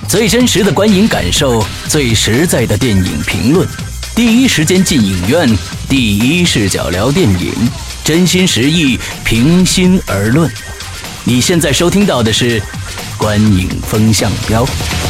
最真实的观影感受，最实在的电影评论，第一时间进影院，第一视角聊电影，真心实意，平心而论。你现在收听到的是观影风向标。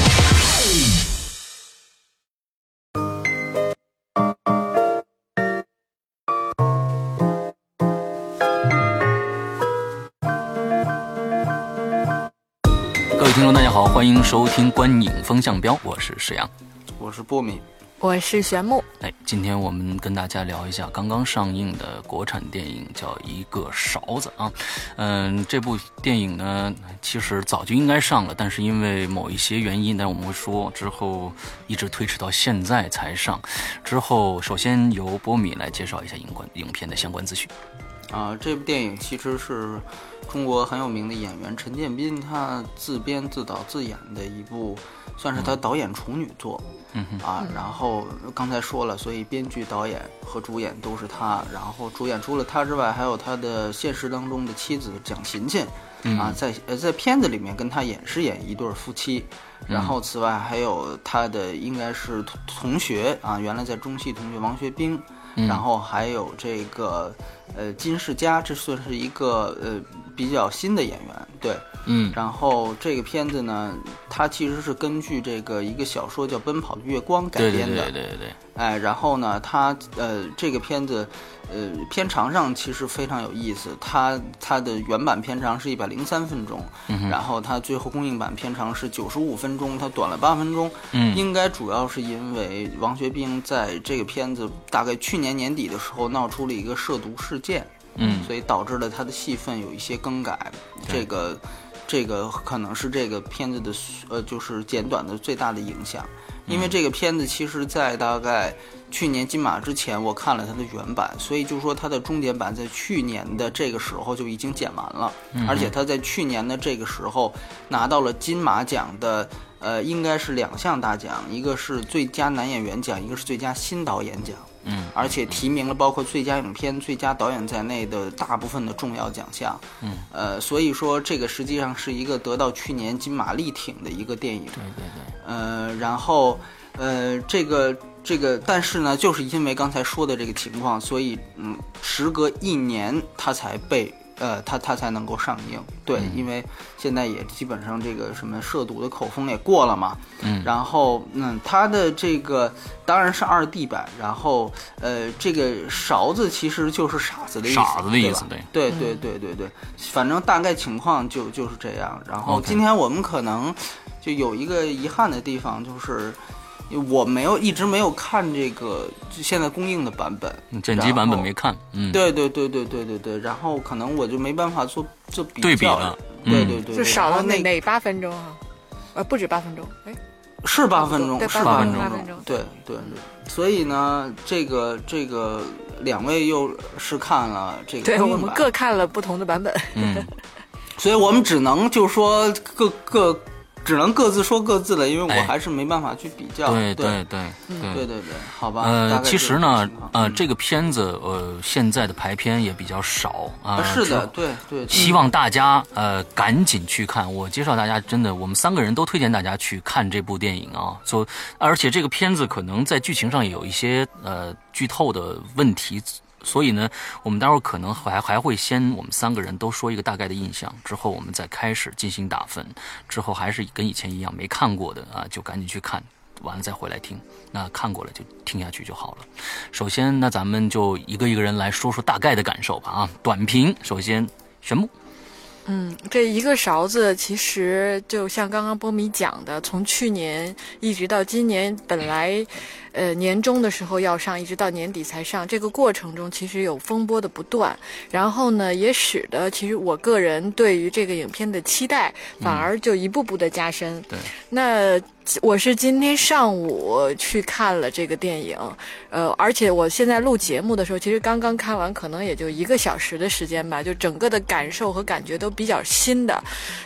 各位听众大家好，欢迎收听观影风向标，我是石阳， 我是波米， 我是玄木。 今天我们跟大家聊一下刚刚上映的国产电影，叫《一个勺子》啊。这部电影呢，其实早就应该上了，但是因为某一些原因，但我们会说之后一直推迟到现在才上。之后，首先由波米来介绍一下影片的相关资讯。 这部电影其实是中国很有名的演员陈建斌他自编自导自演的一部，算是他导演处女作。然后刚才说了，所以编剧、导演和主演都是他。然后主演除了他之外，还有他的现实当中的妻子蒋勤勤。在片子里面跟他饰演一对夫妻。然后此外还有他的应该是同学啊，原来在中戏同学王学兵。然后还有这个金世佳，这算是一个比较新的演员，对。然后这个片子呢，它其实是根据这个一个小说叫《奔跑的月光》改编的。对。然后呢，它这个片子片长上其实非常有意思，它的原版片长是103分钟，然后它最后公映版片长是95分钟，它短了8分钟。应该主要是因为王学兵在这个片子大概去年年底的时候闹出了一个涉毒事件，所以导致了他的戏份有一些更改。这个可能是这个片子的就是简短的最大的影响。因为这个片子其实在大概去年金马之前我看了它的原版，所以就说它的中剪版在去年的这个时候就已经剪完了。而且它在去年的这个时候拿到了金马奖的应该是2项大奖，一个是最佳男演员奖，一个是最佳新导演奖。而且提名了包括最佳影片、最佳导演在内的大部分的重要奖项。所以说这个实际上是一个得到去年金马力挺的一个电影。对。然后这个，但是呢，就是因为刚才说的这个情况，所以时隔1年它才被它才能够上映。对。因为现在也基本上这个什么涉毒的口风也过了嘛。然后它的这个当然是2D 版，然后这个勺子其实就是傻子的意思。傻子的意思。对。反正大概情况就是这样。然后今天我们可能就有一个遗憾的地方，就是我一直没有看这个现在公映的版本， 剪辑版本没看。 对。然后可能我就没办法做比较对比了。对。 就少了哪8分钟啊？不止8分钟， 是8分钟， 是 8分钟。对。所以呢，这个两位又是看了这个， 对，我们各看了不同的版本。 所以我们只能就说只能各自说各自的，因为我还是没办法去比较。 对， 好吧。 其实呢，这个片子现在的排片也比较少啊。 是的，对。 希望大家赶紧去看。我介绍大家，真的，我们3个人都推荐大家去看这部电影啊。而且这个片子可能在剧情上也有一些剧透的问题。所以呢，我们待会儿可能还会先我们3个人都说一个大概的印象，之后我们再开始进行打分，之后还是跟以前一样，没看过的就赶紧去看，完了再回来听，那看过了就听下去就好了。首先那咱们就一个人来说说大概的感受吧啊。短评，首先玄木。 这一个勺子其实就像刚刚波米讲的，从去年一直到今年，本来年中的时候要上，一直到年底才上，这个过程中其实有风波的不断，然后呢也使得其实我个人对于这个影片的期待反而就一步步的加深。 对。 那我是今天上午去看了这个电影，而且我现在录节目的时候，其实刚刚看完，可能也就1个小时的时间吧，就整个的感受和感觉都比较新的。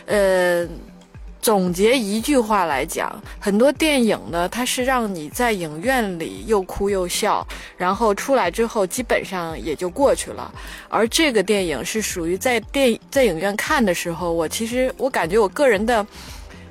总结一句话来讲，很多电影呢，它是让你在影院里又哭又笑，然后出来之后基本上也就过去了。而这个电影是属于在影院看的时候，我感觉我个人的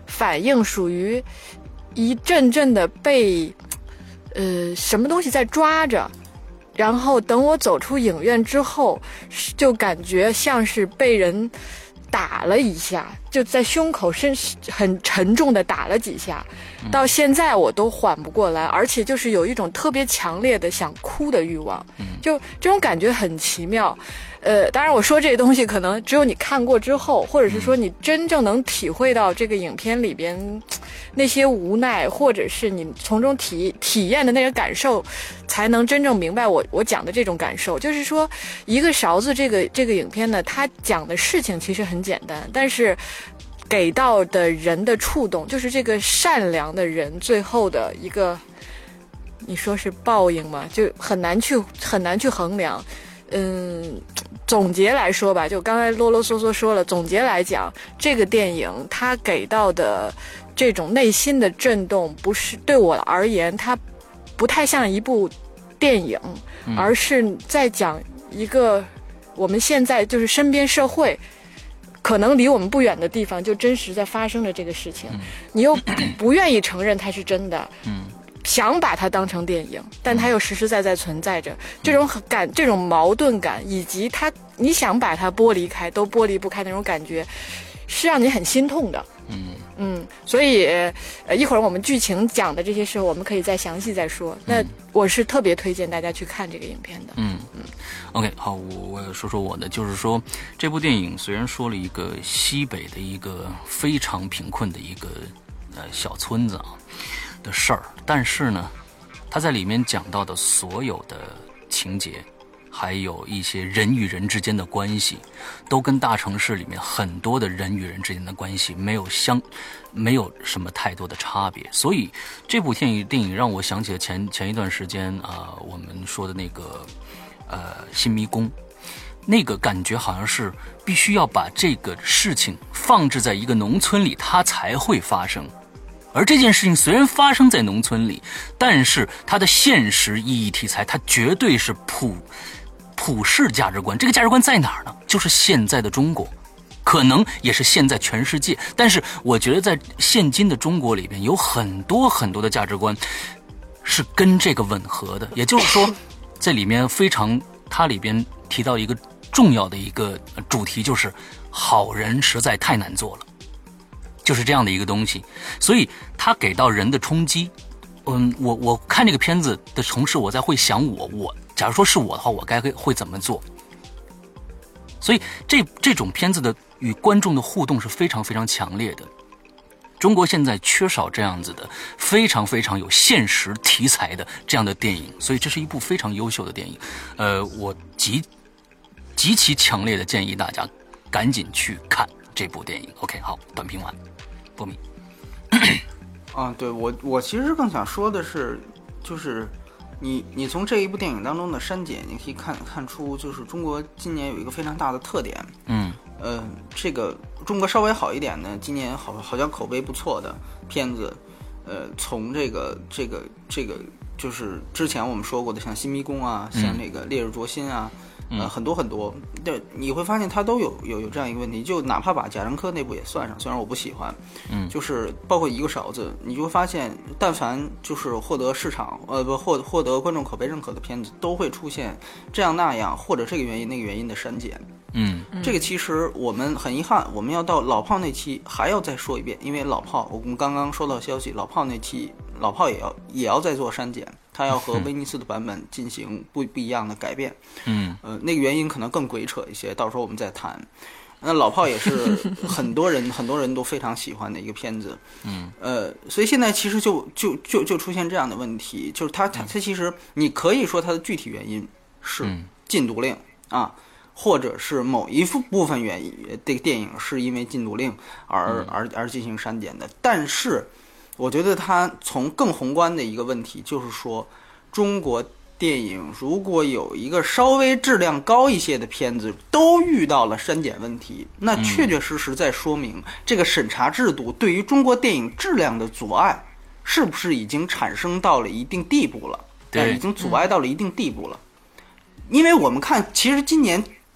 反应属于一阵阵的被什么东西在抓着，然后等我走出影院之后，就感觉像是被人打了一下，就在胸口很沉重的打了几下，到现在我都缓不过来，而且就是有一种特别强烈的想哭的欲望，就这种感觉很奇妙。当然我说这个东西可能只有你看过之后，或者是说你真正能体会到这个影片里边那些无奈，或者是你从中体验的那个感受，才能真正明白我讲的这种感受。就是说一个勺子这个影片呢，它讲的事情其实很简单，但是给到的人的触动，就是这个善良的人最后的一个，你说是报应吗？就很难去衡量。总结来说吧，就刚才啰啰嗦嗦说了，总结来讲，这个电影它给到的这种内心的震动，不是对我而言，它不太像一部电影，而是在讲一个我们现在就是身边社会可能离我们不远的地方就真实在发生着这个事情，你又不愿意承认它是真的，想把它当成电影，但它又实实在在存在着，这种矛盾感，以及你想把它剥离开都剥离不开那种感觉，是让你很心痛的。所以一会儿我们剧情讲的这些时候，我们可以再详细再说。那我是特别推荐大家去看这个影片的。 OK， 好，我说说我的，就是说这部电影虽然说了一个西北的一个非常贫困的一个小村子的事儿，但是呢，他在里面讲到的所有的情节，还有一些人与人之间的关系，都跟大城市里面很多的人与人之间的关系没有什么太多的差别。所以这部电影让我想起了前一段时间我们说的那个新迷宫，那个感觉好像是必须要把这个事情放置在一个农村里，它才会发生。而这件事情虽然发生在农村里，但是它的现实意义题材，它绝对是普世价值观。这个价值观在哪儿呢？就是现在的中国，可能也是现在全世界。但是我觉得在现今的中国里边，有很多很多的价值观是跟这个吻合的。也就是说，在里面它里边提到一个重要的一个主题，就是好人实在太难做了。就是这样的一个东西，所以它给到人的冲击。我看这个片子的同时，我在会想我假如说是我的话，我会怎么做？所以这种片子的与观众的互动是非常非常强烈的。中国现在缺少这样子的非常非常有现实题材的这样的电影，所以这是一部非常优秀的电影。我极其强烈的建议大家赶紧去看这部电影。OK， 好，短评完。波米。 对，我其实更想说的是，就是你从这一部电影当中的删减，你可以看出，就是中国今年有一个非常大的特点。这个中国稍微好一点呢，今年好像口碑不错的片子，从这个就是之前我们说过的，像《新迷宫》啊，像这个《烈日灼心》啊。很多很多，对，你会发现它都有这样一个问题，就哪怕把贾樟柯那部也算上，虽然我不喜欢，就是包括一个勺子，你就会发现，但凡就是获得市场获得观众口碑认可的片子，都会出现这样那样或者这个原因那个原因的删减。这个其实我们很遗憾，我们要到老炮那期还要再说一遍，因为老炮我们刚刚收到消息，老炮那期老炮也要再做删减，他要和威尼斯的版本进行不一样的改变。那个原因可能更鬼扯一些，到时候我们再谈。那老炮也是很多人都非常喜欢的一个片子。所以现在其实就出现这样的问题，就是它其实你可以说它的具体原因是禁毒令或者是某一部分原因，这个电影是因为禁毒令而进行删减的。但是我觉得它从更宏观的一个问题，就是说中国电影如果有一个稍微质量高一些的片子都遇到了删减问题，那确确实实在说明这个审查制度对于中国电影质量的阻碍是不是已经产生到了一定地步了？对，已经阻碍到了一定地步了。因为我们看，其实今年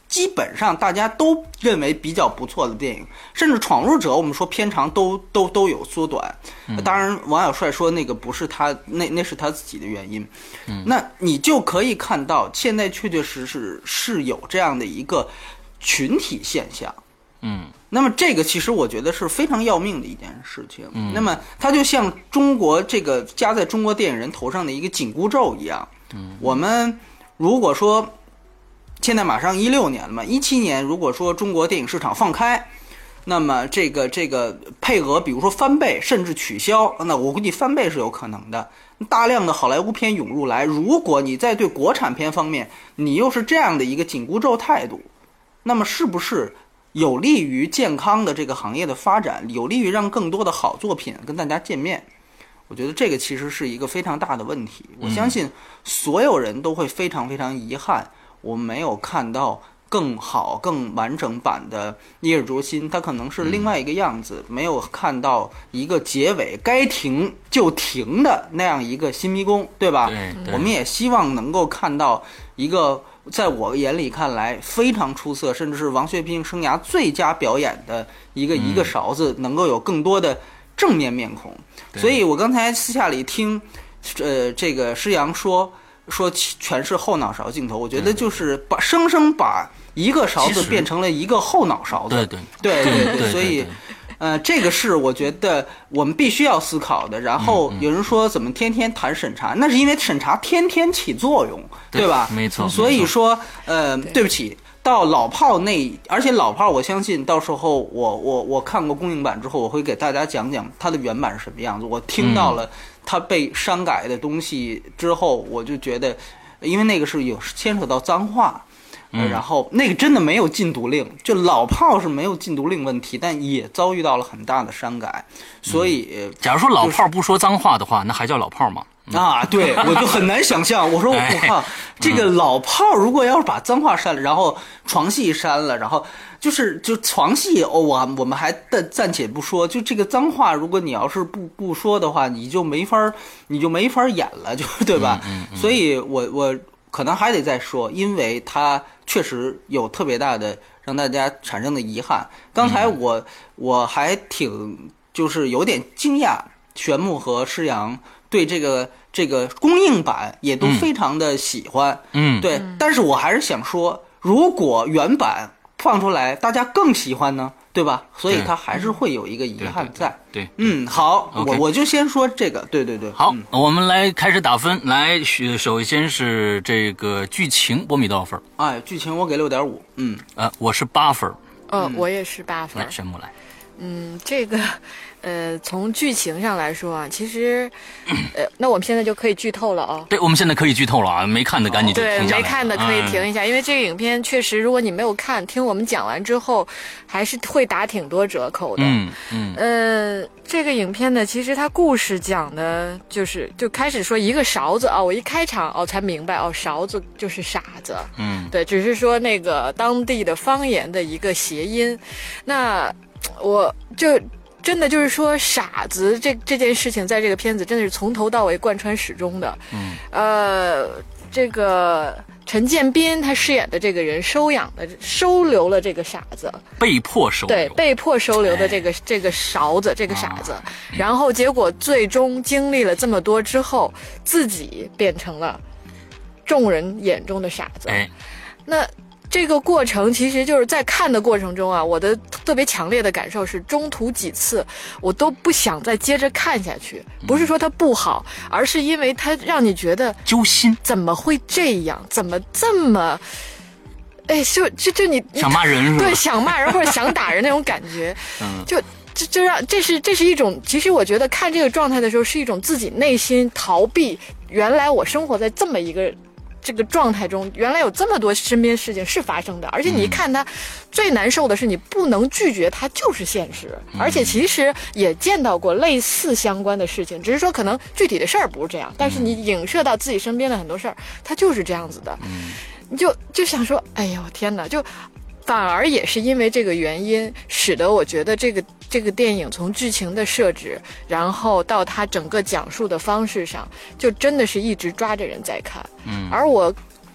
基本上大家都认为比较不错的电影，甚至《闯入者》我们说片长都有缩短。当然，王小帅说那个不是他，那是他自己的原因。那你就可以看到，现在确确实实是有这样的一个群体现象。那么这个其实我觉得是非常要命的一件事情。那么它就像中国这个加在中国电影人头上的一个紧箍咒一样。我们如果说现在马上16年了嘛，17年如果说中国电影市场放开，那么这个配额比如说翻倍甚至取消，那我估计翻倍是有可能的。大量的好莱坞片涌入来，如果你在对国产片方面你又是这样的一个紧箍咒态度，那么是不是有利于健康的这个行业的发展，有利于让更多的好作品跟大家见面？我觉得这个其实是一个非常大的问题。我相信所有人都会非常非常遗憾，我们没有看到更好更完整版的《尼尔卓心》，它可能是另外一个样子，没有看到一个结尾该停就停的那样一个新迷宫，对吧？ 对， 我们也希望能够看到一个在我眼里看来非常出色，甚至是王学兵生涯最佳表演的一个勺子，能够有更多的正面面孔。所以我刚才私下里听这个施洋说全是后脑勺镜头，我觉得就是生生把一个勺子变成了一个后脑勺子。对，所以这个是我觉得我们必须要思考的。然后有人说怎么天天谈审查，那是因为审查天天起作用，对吧？ 没错。 所以说对不起，到老炮而且老炮我相信到时候我看过公映版之后，我会给大家讲讲它的原版是什么样子。我听到了它被删改的东西之后，我就觉得，因为那个是有牵扯到脏话。然后那个真的没有禁毒令，就老炮是没有禁毒令问题，但也遭遇到了很大的删改。所以假如说老炮不说脏话的话，那还叫老炮吗？ 对，我就很难想象。我说我靠，这个老炮如果要是把脏话删了，然后床戏删了，然后就床戏我们还暂且不说，就这个脏话，如果你要是不说的话，你就没法演了，对吧？所以我可能还得再说，因为它确实有特别大的让大家产生的遗憾。刚才我还挺就是有点惊讶，玄牧和施洋对这个公映版也都非常的喜欢，对。但是我还是想说，如果原版放出来，大家更喜欢呢，对吧？所以它还是会有一个遗憾在。 对， 好，我就先说这个，对。 好，我们来开始打分。来，首先是这个剧情，波米多少分？ 剧情我给6.5。 我是8分。 我也是8分。 来，玄牧来。 这个从剧情上来说啊，其实那我们现在就可以剧透了啊。 对，我们现在可以剧透了啊，没看的赶紧就停下来。 对，没看的可以停一下，因为这个影片确实，如果你没有看，听我们讲完之后，还是会打挺多折扣的。这个影片呢，其实它故事讲的就开始说一个勺子啊，我一开场才明白勺子就是傻子。对，只是说那个当地的方言的一个谐音。那我就真的就是说，傻子这件事情，在这个片子真的是从头到尾贯穿始终的。这个陈建斌他饰演的这个人收留了这个傻子， 被迫收留的这个勺子，这个傻子，然后结果最终经历了这么多之后，自己变成了众人眼中的傻子。那这个过程其实就是在看的过程中啊，我的特别强烈的感受是，中途几次我都不想再接着看下去。不是说它不好，而是因为它让你觉得揪心， 怎么会这样？怎么这么？就你想骂人是吧？ 对，想骂人或者想打人那种感觉，就让这是一种，其实我觉得看这个状态的时候是一种自己内心逃避。原来我生活在这么一个这个状态中，原来有这么多身边事情是发生的，而且你一看它，最难受的是你不能拒绝它就是现实，而且其实也见到过类似相关的事情，只是说可能具体的事儿不是这样，但是你影射到自己身边的很多事儿，它就是这样子的。你就想说，哎呦天哪，就反而也是因为这个原因，使得我觉得这个电影从剧情的设置，然后到它整个讲述的方式上，就真的是一直抓着人在看。而我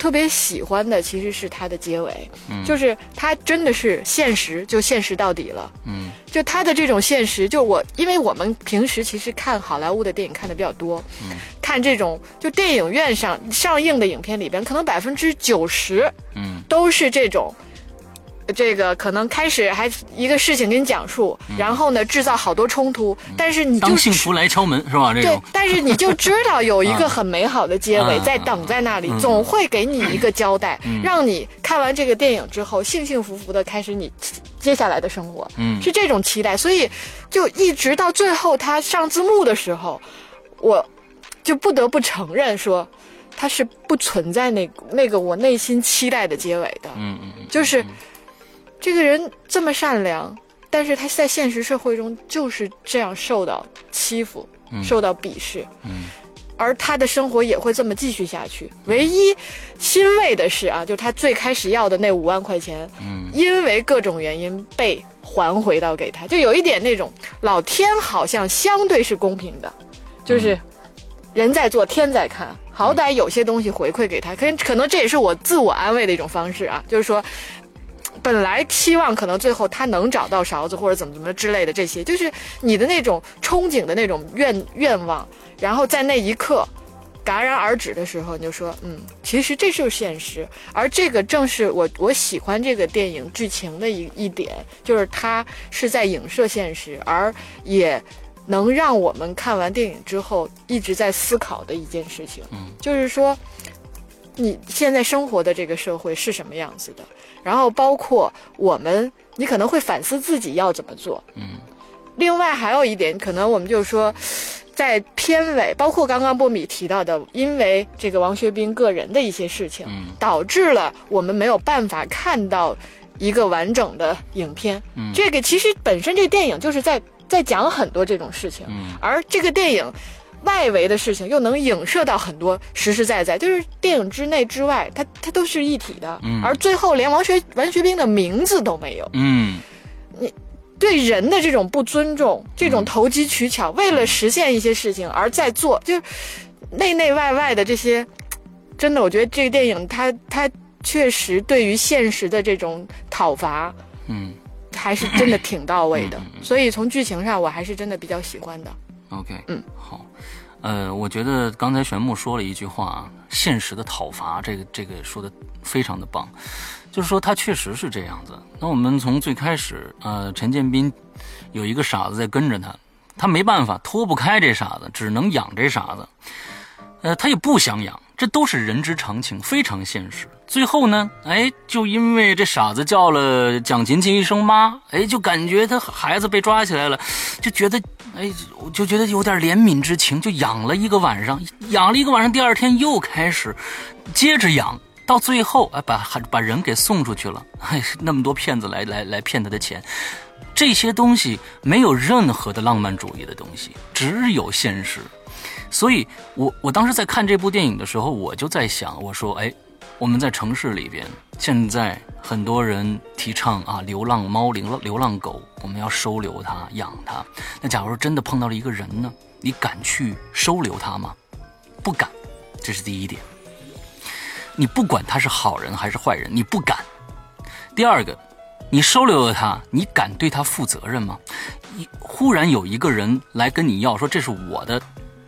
特别喜欢的其实是它的结尾，就是它真的是现实，就现实到底了。就它的这种现实，就因为我们平时其实看好莱坞的电影看的比较多，看这种就电影院上映的影片里边，可能90%，都是这种。这个可能开始还一个事情给你讲述，然后呢制造好多冲突，但是你就当幸福来敲门是吧？这种对，但是你就知道有一个很美好的结尾在等在那里，总会给你一个交代，让你看完这个电影之后幸幸福福的开始你接下来的生活，是这种期待，所以就一直到最后他上字幕的时候，我就不得不承认说他是不存在那个我内心期待的结尾的，就是这个人这么善良，但是他在现实社会中就是这样受到欺负，受到鄙视，而他的生活也会这么继续下去。唯一欣慰的是啊，就他最开始要的那5万块钱，因为各种原因被还回到给他，就有一点那种老天好像相对是公平的，就是人在做天在看，好歹有些东西回馈给他，可能这也是我自我安慰的一种方式啊，就是说本来期望可能最后他能找到勺子或者怎么之类的，这些就是你的那种憧憬的那种愿望，然后在那一刻戛然而止的时候，你就说其实这就是现实。而这个正是我喜欢这个电影剧情的一点，就是它是在影射现实，而也能让我们看完电影之后一直在思考的一件事情，就是说你现在生活的这个社会是什么样子的，然后包括你可能会反思自己要怎么做。另外还有一点，可能我们就是说在片尾，包括刚刚波米提到的，因为这个王学兵个人的一些事情，导致了我们没有办法看到一个完整的影片。这个其实本身这电影就是在讲很多这种事情，而这个电影外围的事情又能影射到很多实实在在，就是电影之内之外，它都是一体的。而最后连王学兵的名字都没有。你对人的这种不尊重，这种投机取巧，为了实现一些事情而在做，就是内外的这些，真的，我觉得这个电影它确实对于现实的这种讨伐，还是真的挺到位的。所以从剧情上，我还是真的比较喜欢的。 OK， 好，我觉得刚才玄牧说了一句话，现实的讨伐，这个说的非常的棒，就是说他确实是这样子。那我们从最开始，陈建斌有一个傻子在跟着他没办法，脱不开这傻子，只能养这傻子，他也不想养，这都是人之常情，非常现实。最后呢，就因为这傻子叫了蒋勤勤一声妈，就感觉他孩子被抓起来了，就觉得有点怜悯之情，就养了一个晚上，第二天又开始接着养，到最后把人给送出去了，那么多骗子来骗他的钱。这些东西没有任何的浪漫主义的东西，只有现实。所以我当时在看这部电影的时候，我就在想，我说我们在城市里边，现在很多人提倡流浪猫、流浪狗，我们要收留它、养它。那假如真的碰到了一个人呢，你敢去收留他吗？不敢，这是第一点。你不管他是好人还是坏人，你不敢。第二个，你收留了他，你敢对他负责任吗？忽然有一个人来跟你要说，这是我的，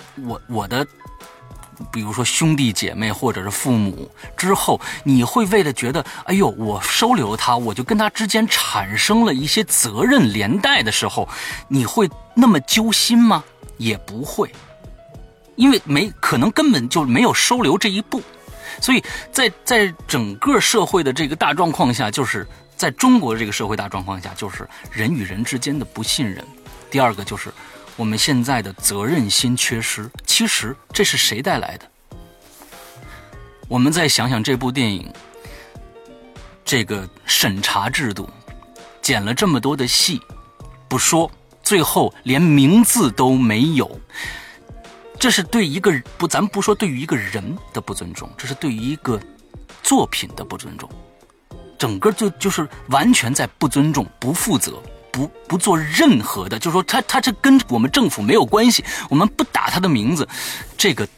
比如说兄弟姐妹或者是父母，之后你会为了觉得我收留他，我就跟他之间产生了一些责任连带的时候，你会那么揪心吗？也不会，因为可能根本就没有收留这一步。所以在整个社会的这个大状况下，就是在中国这个社会大状况下，就是人与人之间的不信任。第二个就是我们现在的责任心缺失，其实这是谁带来的？我们再想想这部电影，这个审查制度，剪了这么多的戏，不说，最后连名字都没有，这是对一个咱不说对于一个人的不尊重，这是对于一个作品的不尊重，整个就是完全在不尊重、不负责。不做任何的，就是说他这跟我们政府没有关系，我们不打他的名字，这个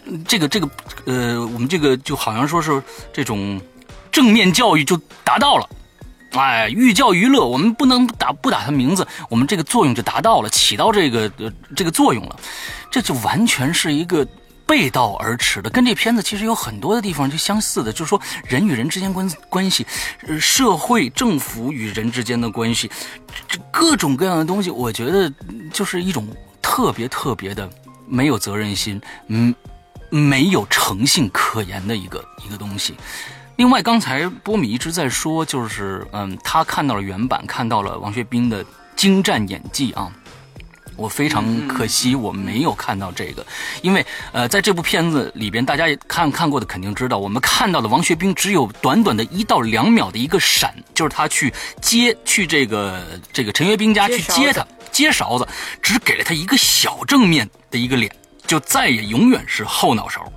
我们这个就好像说是这种正面教育就达到了。哎，寓教于乐，我们不打他名字，我们这个作用就达到了，起到这个作用了，这就完全是一个背道而驰的，跟这片子其实有很多的地方就相似的，就是说人与人之间关系，社会政府与人之间的关系，这各种各样的东西，我觉得就是一种特别的没有责任心，没有诚信可言的一个东西。另外，刚才波米一直在说，就是他看到了原版，看到了王学兵的精湛演技啊。我非常可惜我没有看到这个，因为在这部片子里边，大家也看过的肯定知道，我们看到的王学兵只有短短的1到2秒的一个闪，就是他去这个陈学兵家去接勺子，只给了他一个小正面的一个脸，就再也永远是后脑勺。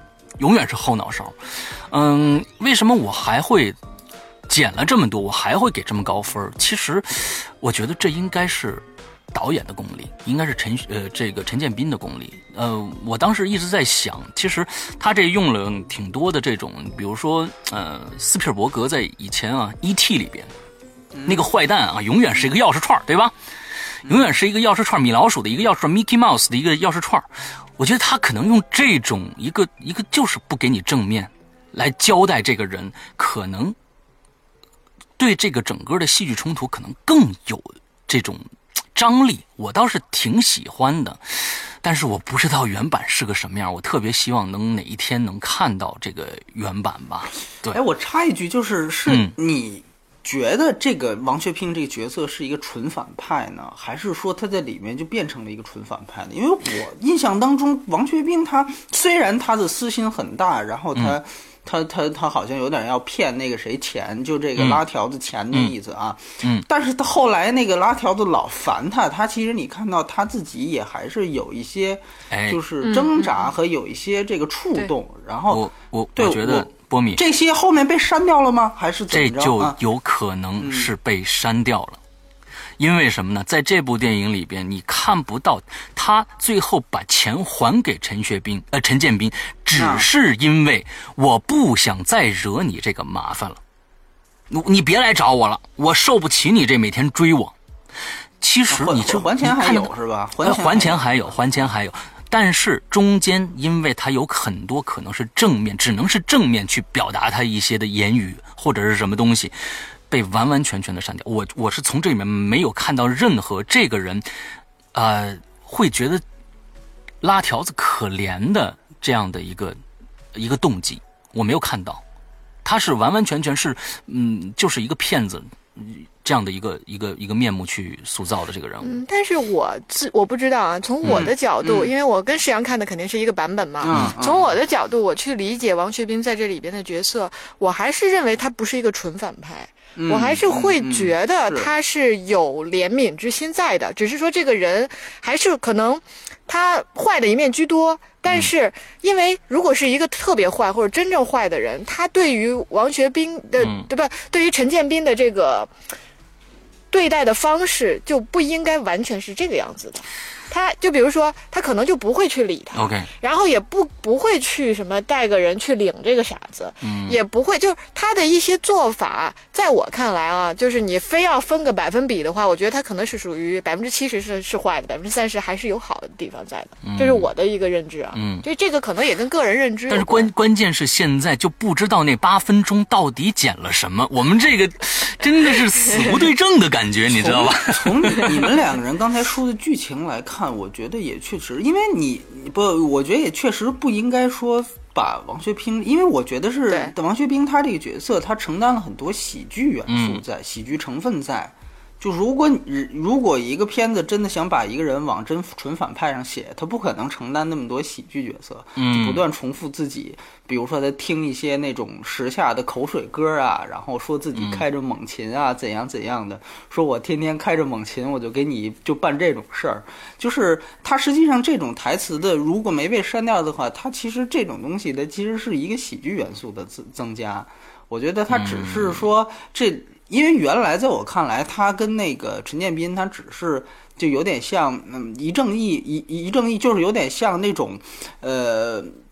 为什么我还会减了这么多，我还会给这么高分？其实我觉得这应该是导演的功力，应该是陈建斌的功力。我当时一直在想，其实他这用了挺多的这种，比如说斯皮尔伯格在以前啊 E.T. 里边那个坏蛋啊，永远是一个钥匙串，对吧？永远是一个钥匙串，米老鼠的一个钥匙串 ，Mickey Mouse 的一个钥匙串。我觉得他可能用这种一个就是不给你正面来交代这个人，可能对这个整个的戏剧冲突可能更有这种张力，我倒是挺喜欢的。但是我不知道原版是个什么样，我特别希望哪一天能看到这个原版吧。对， 我插一句，就是你觉得这个王学兵这个角色是一个纯反派呢，还是说他在里面就变成了一个纯反派呢？因为我印象当中，王学兵他虽然他的私心很大，然后他好像有点要骗那个谁钱，就这个拉条子钱的意思啊。但是他后来那个拉条子老烦他其实你看到他自己也还是有一些就是挣扎和有一些这个触动。然后我觉得波米这些后面被删掉了吗？还是怎么着？ 这就有可能是被删掉了。因为什么呢？在这部电影里边，你看不到他最后把钱还给陈建斌，只是因为我不想再惹你这个麻烦了，你别来找我了，我受不起你这每天追我。其实你这还钱还有是吧？ 还钱还有。但是中间，因为他有很多可能是正面，只能是正面去表达他一些的言语或者是什么东西，被完全的删掉。我是从这里面没有看到任何这个人，会觉得拉条子可怜的这样的一个动机，我没有看到。他是完全是，就是一个骗子。这样的一个面目去塑造的这个人物。 但是我不知道啊，从我的角度，因为我跟石阳看的肯定是一个版本嘛，从我的角度我去理解王学兵在这里边的角色，我还是认为他不是一个纯反派。我还是会觉得他是有怜悯之心在的，只是说这个人还是可能他坏的一面居多，但是因为如果是一个特别坏或者真正坏的人，他对于王学兵的对吧，对于陈建斌的这个对待的方式就不应该完全是这个样子的。他就比如说他可能就不会去理他 ，OK， 然后也不会去什么带个人去领这个傻子，也不会，就是他的一些做法，在我看来啊，就是你非要分个百分比的话，我觉得他可能是属于70%是坏的，30%还是有好的地方在的，这是我的一个认知啊。就这个可能也跟个人认知有关。 但是关键是现在就不知道那8分钟到底剪了什么，我们这个真的是死无对证的感觉，你知道吧？ 从你们两个人刚才说的剧情来看，我觉得也确实，因为我觉得也确实不应该说把王学兵，因为我觉得是王学兵他这个角色，他承担了很多喜剧元素在，喜剧成分在。就如果一个片子真的想把一个人往真纯反派上写，他不可能承担那么多喜剧角色，就不断重复自己，比如说他听一些那种时下的口水歌啊，然后说自己开着猛禽啊，怎样怎样的，说我天天开着猛禽，我就给你就办这种事儿。就是他实际上这种台词的，如果没被删掉的话，他其实这种东西的其实是一个喜剧元素的增加。我觉得他只是说因为原来在我看来，他跟那个陈建斌，他只是就有点像一正义，就是有点像那种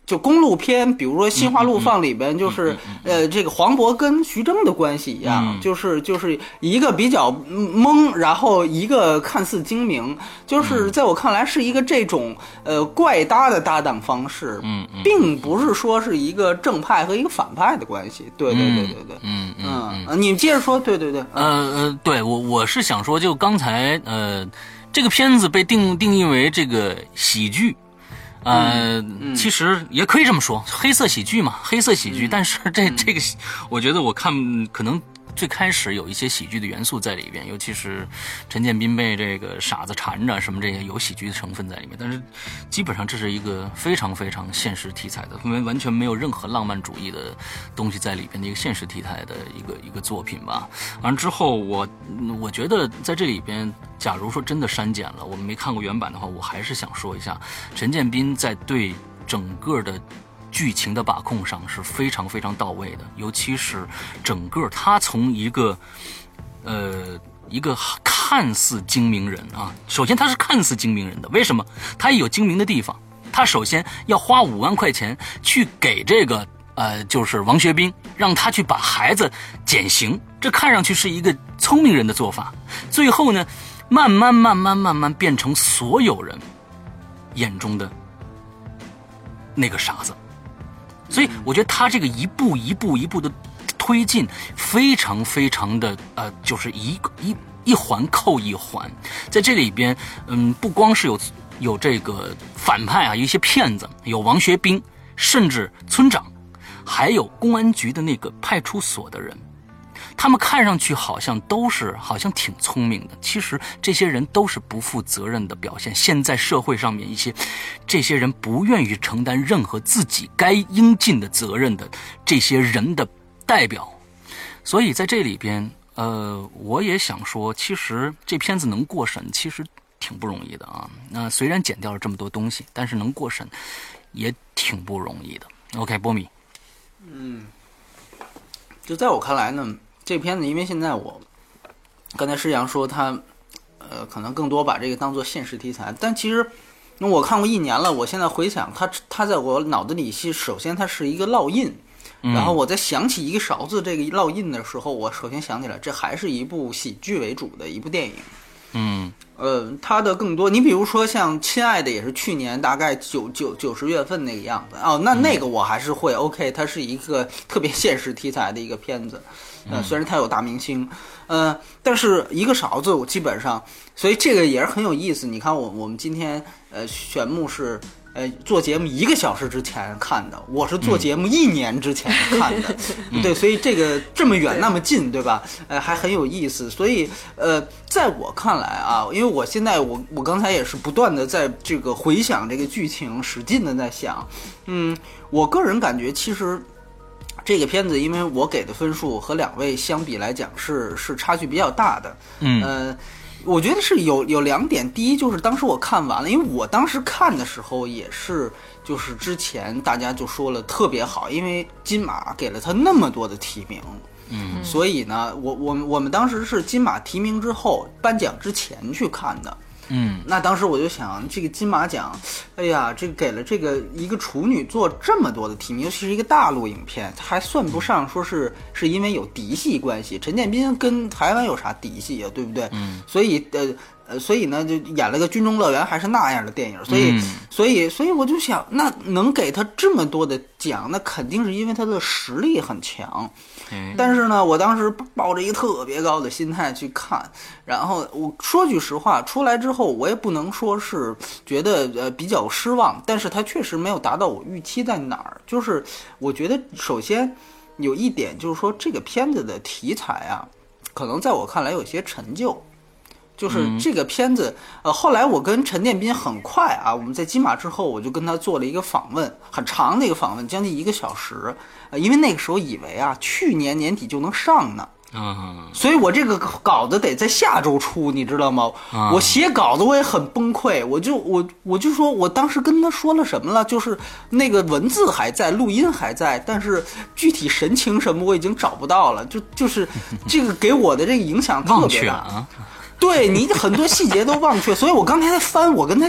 就公路片，比如说《心花怒放》里边，就是这个黄渤跟徐峥的关系一样，就是一个比较懵，然后一个看似精明，就是在我看来是一个这种怪搭的搭档方式，并不是说是一个正派和一个反派的关系。对，你接着说，对， 对我是想说，就刚才这个片子被定义为这个喜剧。其实也可以这么说，黑色喜剧嘛，黑色喜剧。但是这个，我觉得我看可能最开始有一些喜剧的元素在里边，尤其是陈建斌被这个傻子缠着什么这些有喜剧的成分在里面。但是基本上这是一个非常非常现实题材的，完全没有任何浪漫主义的东西在里边的一个现实题材的一个作品吧。完之后我觉得在这里边，假如说真的删减了，我们没看过原版的话，我还是想说一下，陈建斌在对整个的剧情的把控上是非常非常到位的，尤其是整个他从一个看似精明人啊，首先他是看似精明人的，为什么？他也有精明的地方，他首先要花5万块钱去给这个就是王学兵，让他去把孩子减刑，这看上去是一个聪明人的做法。最后呢，慢慢变成所有人眼中的那个傻子。所以我觉得他这个一步一步的推进，非常非常的就是一环扣一环。在这里边，不光是有这个反派啊，有一些骗子，有王学兵，甚至村长，还有公安局的那个派出所的人。他们看上去好像挺聪明的，其实这些人都是不负责任的表现。现在社会上面这些人不愿意承担任何自己该应尽的责任的这些人的代表。所以在这里边，我也想说，其实这片子能过审，其实挺不容易的啊。那虽然剪掉了这么多东西，但是能过审也挺不容易的。OK， 波米， 就在我看来呢。这片子，因为现在我刚才施洋说他，可能更多把这个当做现实题材，但其实，那我看过1年了，我现在回想他在我脑子里首先它是一个烙印，然后我在想起一个勺子这个烙印的时候，我首先想起来这还是一部喜剧为主的一部电影。它的更多，你比如说像《亲爱的》也是去年大概90月份那个样子哦，那个我还是会 OK， 它是一个特别现实题材的一个片子，虽然它有大明星，但是一个勺子我基本上，所以这个也是很有意思。你看我们今天选目是。做节目1个小时之前看的，我是做节目1年之前看的，对，所以这个这么远那么近，对吧？还很有意思。所以在我看来啊，因为我现在我刚才也是不断的在这个回想这个剧情，使劲的在想，我个人感觉其实这个片子，因为我给的分数和2位相比来讲是差距比较大的，我觉得是有2点。第一就是当时我看完了，因为我当时看的时候也是，就是之前大家就说了特别好，因为金马给了他那么多的提名，所以呢，我们当时是金马提名之后颁奖之前去看的。那当时我就想，这个金马奖，哎呀，这个给了这个一个处女座这么多的提名，尤其是一个大陆影片，它还算不上说是因为有嫡系关系，陈建斌跟台湾有啥嫡系啊，对不对？所以呢，就演了个军中乐园，还是那样的电影，所以我就想，那能给他这么多的奖，那肯定是因为他的实力很强。但是呢，我当时抱着一个特别高的心态去看，然后我说句实话，出来之后我也不能说是觉得比较失望，但是它确实没有达到我预期在哪儿。就是我觉得首先有一点就是说，这个片子的题材啊，可能在我看来有些陈旧。就是这个片子，后来我跟陈建斌很快啊，我们在金马之后，我就跟他做了一个访问，很长的一个访问，将近1个小时。因为那个时候以为啊，去年年底就能上呢，所以我这个稿子得在下周出，你知道吗？我写稿子我也很崩溃，我就说我当时跟他说了什么了，就是那个文字还在，录音还在，但是具体神情什么我已经找不到了，就是这个给我的这个影响特别大。对，你很多细节都忘却，所以我刚才在翻我跟他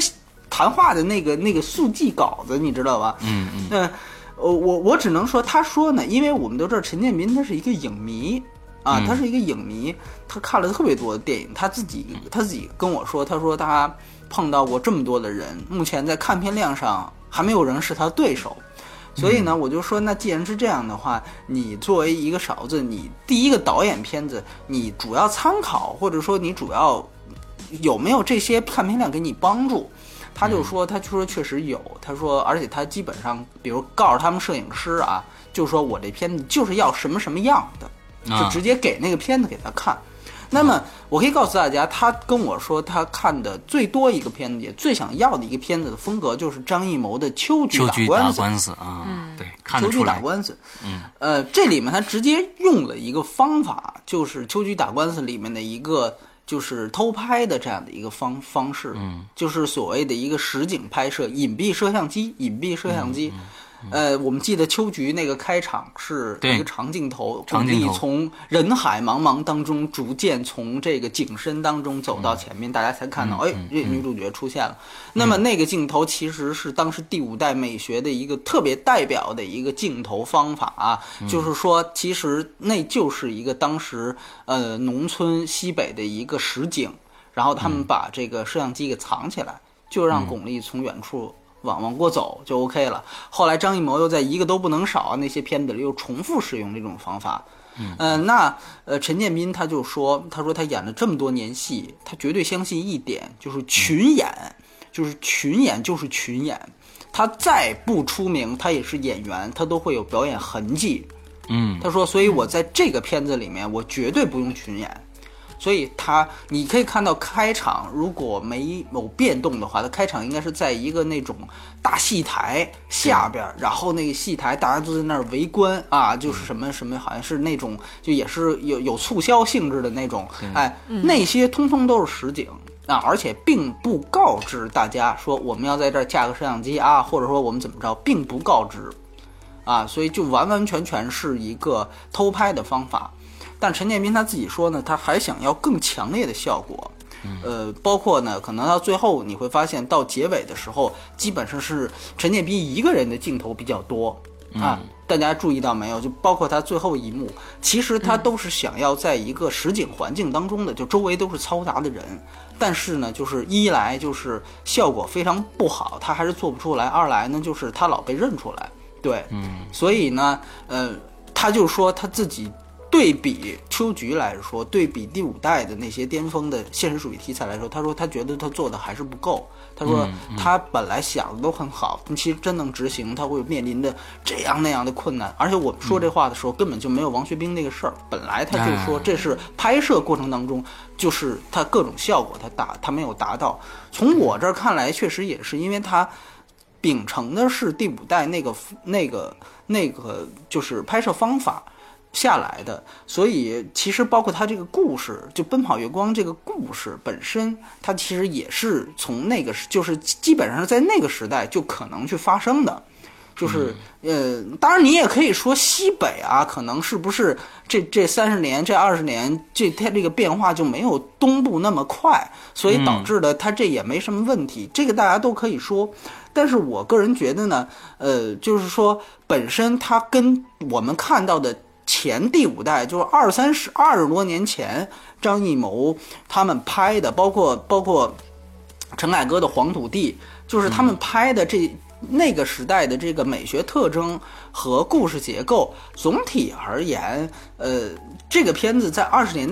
谈话的那个速记稿子，你知道吧？我只能说，他说呢，因为我们都知道陈建斌他是一个影迷啊，他是一个影迷，他看了特别多的电影，他自己跟我说，他说他碰到过这么多的人，目前在看片量上还没有人是他的对手。所以呢，我就说，那既然是这样的话，你作为一个勺子，你第一个导演片子，你主要参考，或者说你主要有没有这些看片量给你帮助？他就说确实有，他说，而且他基本上，比如告诉他们摄影师啊，就说我这片子就是要什么什么样的，就直接给那个片子给他看。那么我可以告诉大家，他跟我说他看的最多一个片子，也最想要的一个片子的风格，就是张艺谋的《秋菊打官司》 啊，对，看得出来。秋菊打官司， 这里面他直接用了一个方法，就是《秋菊打官司》里面的一个就是偷拍的这样的一个方式，就是所谓的一个实景拍摄，隐蔽摄像机。我们记得秋菊那个开场是一个长镜头，巩俐从人海茫茫当中逐渐从这个景深当中走到前面，大家才看到，这女主角出现了。那么那个镜头其实是当时第五代美学的一个特别代表的一个镜头方法啊，就是说，其实那就是一个当时农村西北的一个实景，然后他们把这个摄像机给藏起来，就让巩俐从远处往过走就 OK 了。后来张艺谋又在一个都不能少那些片子里又重复使用这种方法。陈建斌他说他演了这么多年戏，他绝对相信一点，就是群演就是群演，他再不出名，他也是演员，他都会有表演痕迹。他说，所以我在这个片子里面，我绝对不用群演。所以你可以看到开场，如果没有变动的话，它开场应该是在一个那种大戏台下边，然后那个戏台大家都在那儿围观啊，就是什么什么，好像是那种就也是有促销性质的那种，那些通通都是实景啊，而且并不告知大家说我们要在这儿架个摄像机啊，或者说我们怎么着，并不告知啊，所以就完完全全是一个偷拍的方法。但陈建斌他自己说呢，他还想要更强烈的效果，包括呢，可能到最后你会发现，到结尾的时候，基本上是陈建斌一个人的镜头比较多啊。大家注意到没有？就包括他最后一幕，其实他都是想要在一个实景环境当中的，就周围都是嘈杂的人，但是呢，就是一来就是效果非常不好，他还是做不出来；二来呢，就是他老被认出来，对，所以呢，他就说他自己。对比秋菊来说，对比第五代的那些巅峰的现实主义题材来说，他说他觉得他做的还是不够。他说他本来想的都很好，但其实真能执行，他会面临的这样那样的困难。而且我说这话的时候，根本就没有王学兵那个事儿。本来他就说这是拍摄过程当中，就是他各种效果他没有达到。从我这儿看来，确实也是因为他秉承的是第五代那个就是拍摄方法。下来的，所以其实包括他这个故事，就《奔跑月光》这个故事本身，它其实也是从那个，就是基本上是在那个时代就可能去发生的，就是当然你也可以说西北啊，可能是不是这30年、这20年，它这个变化就没有东部那么快，所以导致的它这也没什么问题，这个大家都可以说。但是我个人觉得呢，就是说本身它跟我们看到的。前第五代就是20多年前张艺谋他们拍的，包括陈凯歌的《黄土地》，就是他们拍的那个时代的这个美学特征和故事结构，总体而言，这个片子在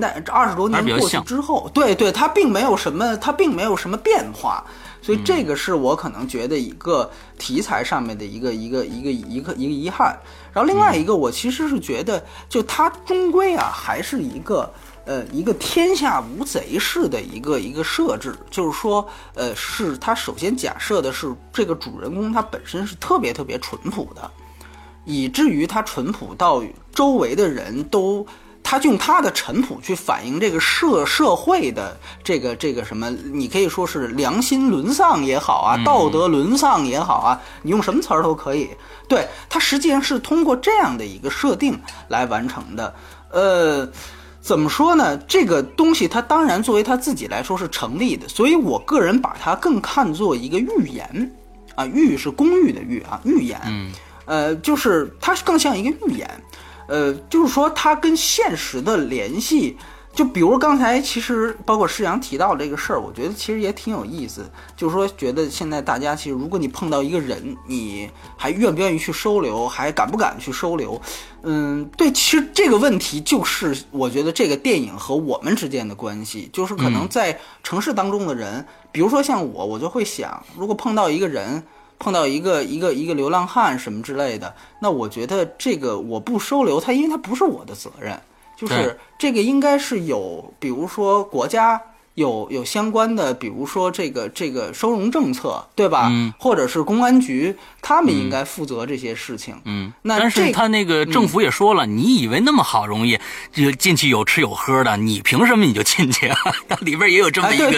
20多年过去之后，对，它并没有什么变化。所以这个是我可能觉得一个题材上面的一个遗憾。然后另外一个，我其实是觉得，就它终归啊还是一个天下无贼式的一个设置，就是说是它首先假设的是这个主人公他本身是特别特别淳朴的，以至于他淳朴到周围的人都。他用他的淳朴去反映这个社会的这个什么，你可以说是良心沦丧也好啊，道德沦丧也好啊，你用什么词儿都可以。对，他实际上是通过这样的一个设定来完成的。 怎么说呢？这个东西它当然作为他自己来说是成立的，所以我个人把它更看作一个寓言啊，寓是公寓的寓啊，寓言。就是它更像一个寓言，就是说它跟现实的联系。就比如刚才其实包括施洋提到这个事儿，我觉得其实也挺有意思。就是说，觉得现在大家其实，如果你碰到一个人，你还愿不愿意去收留，还敢不敢去收留？对，其实这个问题就是我觉得这个电影和我们之间的关系，就是可能在城市当中的人，比如说像我就会想，如果碰到一个人。碰到一个流浪汉什么之类的，那我觉得这个我不收留他，因为他不是我的责任，就是这个应该是有，比如说国家有相关的，比如说这个收容政策，对吧？或者是公安局，他们应该负责这些事情。那但是他那个政府也说了，你以为那么好容易就进去有吃有喝的，你凭什么你就进去啊？里边也有这么一个，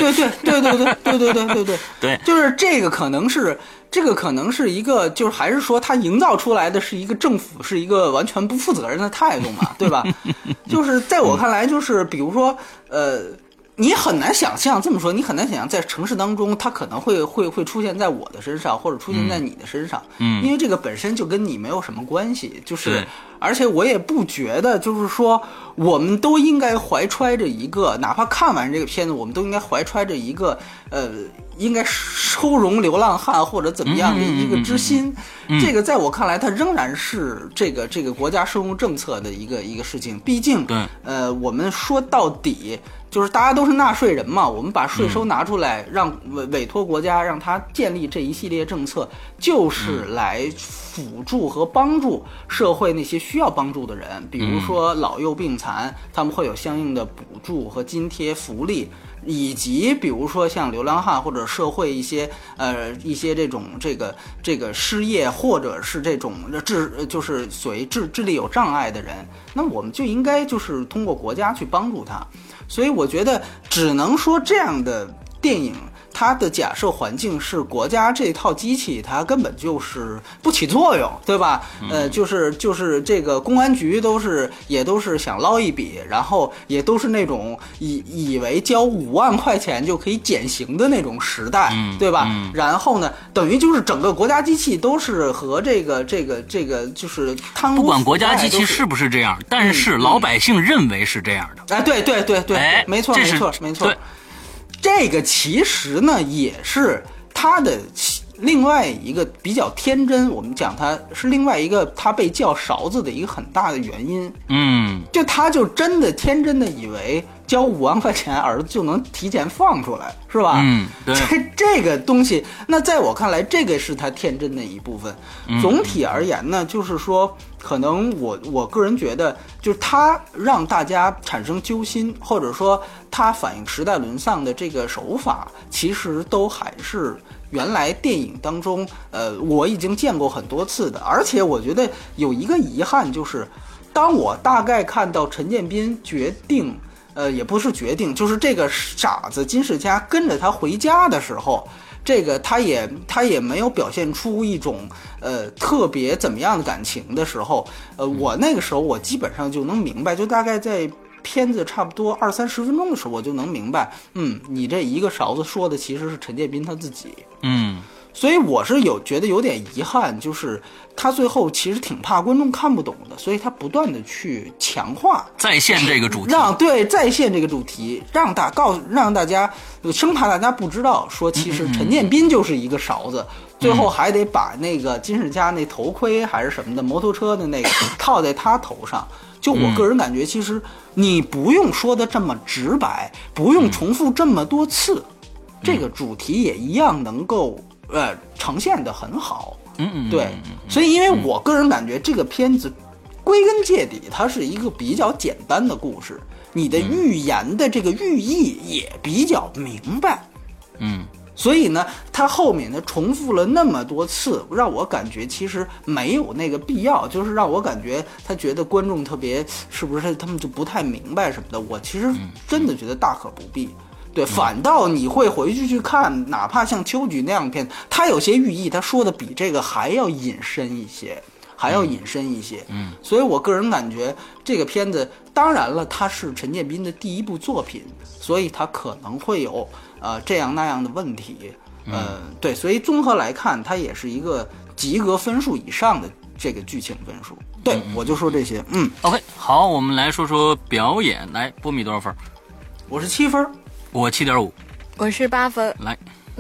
对，就是这个可能是一个，就是还是说他营造出来的是一个政府是一个完全不负责任的态度嘛，对吧？就是在我看来，就是比如说你很难想象，这么说，你很难想象在城市当中，它可能会出现在我的身上，或者出现在你的身上，因为这个本身就跟你没有什么关系，就是，而且我也不觉得，就是说，我们都应该怀揣着一个，哪怕看完这个片子，我们都应该怀揣着一个，应该收容流浪汉或者怎么样的一个之心，这个在我看来，它仍然是这个国家收容政策的一个事情，毕竟，我们说到底。就是大家都是纳税人嘛，我们把税收拿出来，让委托国家让他建立这一系列政策，就是来辅助和帮助社会那些需要帮助的人，比如说老幼病残，他们会有相应的补助和津贴福利，以及比如说像流浪汉或者社会一些这种这个失业或者是这种就是所谓智力有障碍的人，那我们就应该就是通过国家去帮助他。所以我觉得只能说这样的电影它的假设环境是国家这套机器它根本就是不起作用，对吧？就是这个公安局也都是想捞一笔，然后也都是那种以为交5万块钱就可以减刑的那种时代，对吧？然后呢，等于就是整个国家机器都是和这个就是贪污， 不管国家机器是不是这样，但是老百姓认为是这样的。 对，没错。这个其实呢，也是他的另外一个比较天真，我们讲他是另外一个他被叫勺子的一个很大的原因。就他就真的天真的以为交5万块钱儿子就能提前放出来，是吧？ 对。 这个东西，那在我看来，这个是他天真的一部分。总体而言呢，就是说，可能我个人觉得，就是他让大家产生揪心，或者说他反映时代沦丧的这个手法，其实都还是原来电影当中，我已经见过很多次的。而且我觉得有一个遗憾，就是当我大概看到陈建斌决定，也不是决定，就是这个傻子金世佳跟着他回家的时候，这个他也没有表现出一种特别怎么样的感情的时候，我那个时候我基本上就能明白，就大概在片子差不多20-30分钟的时候，我就能明白，你这一个勺子说的其实是陈建斌他自己，所以我是觉得有点遗憾，就是他最后其实挺怕观众看不懂的，所以他不断的去强化再现这个主题， 再现这个主题，让大家生怕大家不知道，说其实陈建斌就是一个勺子，最后还得把那个金世佳那头盔还是什么的摩托车的那个套在他头上。就我个人感觉，其实你不用说的这么直白，不用重复这么多次，这个主题也一样能够呈现得很好。对，所以因为我个人感觉这个片子归根结底它是一个比较简单的故事，你的寓言的这个寓意也比较明白。所以呢，他后面呢重复了那么多次，让我感觉其实没有那个必要，就是让我感觉他觉得观众特别是不是他们就不太明白什么的，我其实真的觉得大可不必。对，反倒你会回去看，哪怕像秋菊那样的片，他有些寓意他说的比这个还要引申一些。所以我个人感觉这个片子当然了，它是陈建斌的第一部作品，所以它可能会有这样那样的问题。对，所以综合来看，它也是一个及格分数以上的这个剧情分数。对，我就说这些。 OK， 好，我们来说说表演。来，波米多少分？ 我是7分， 我7.5， 我是8分。 来，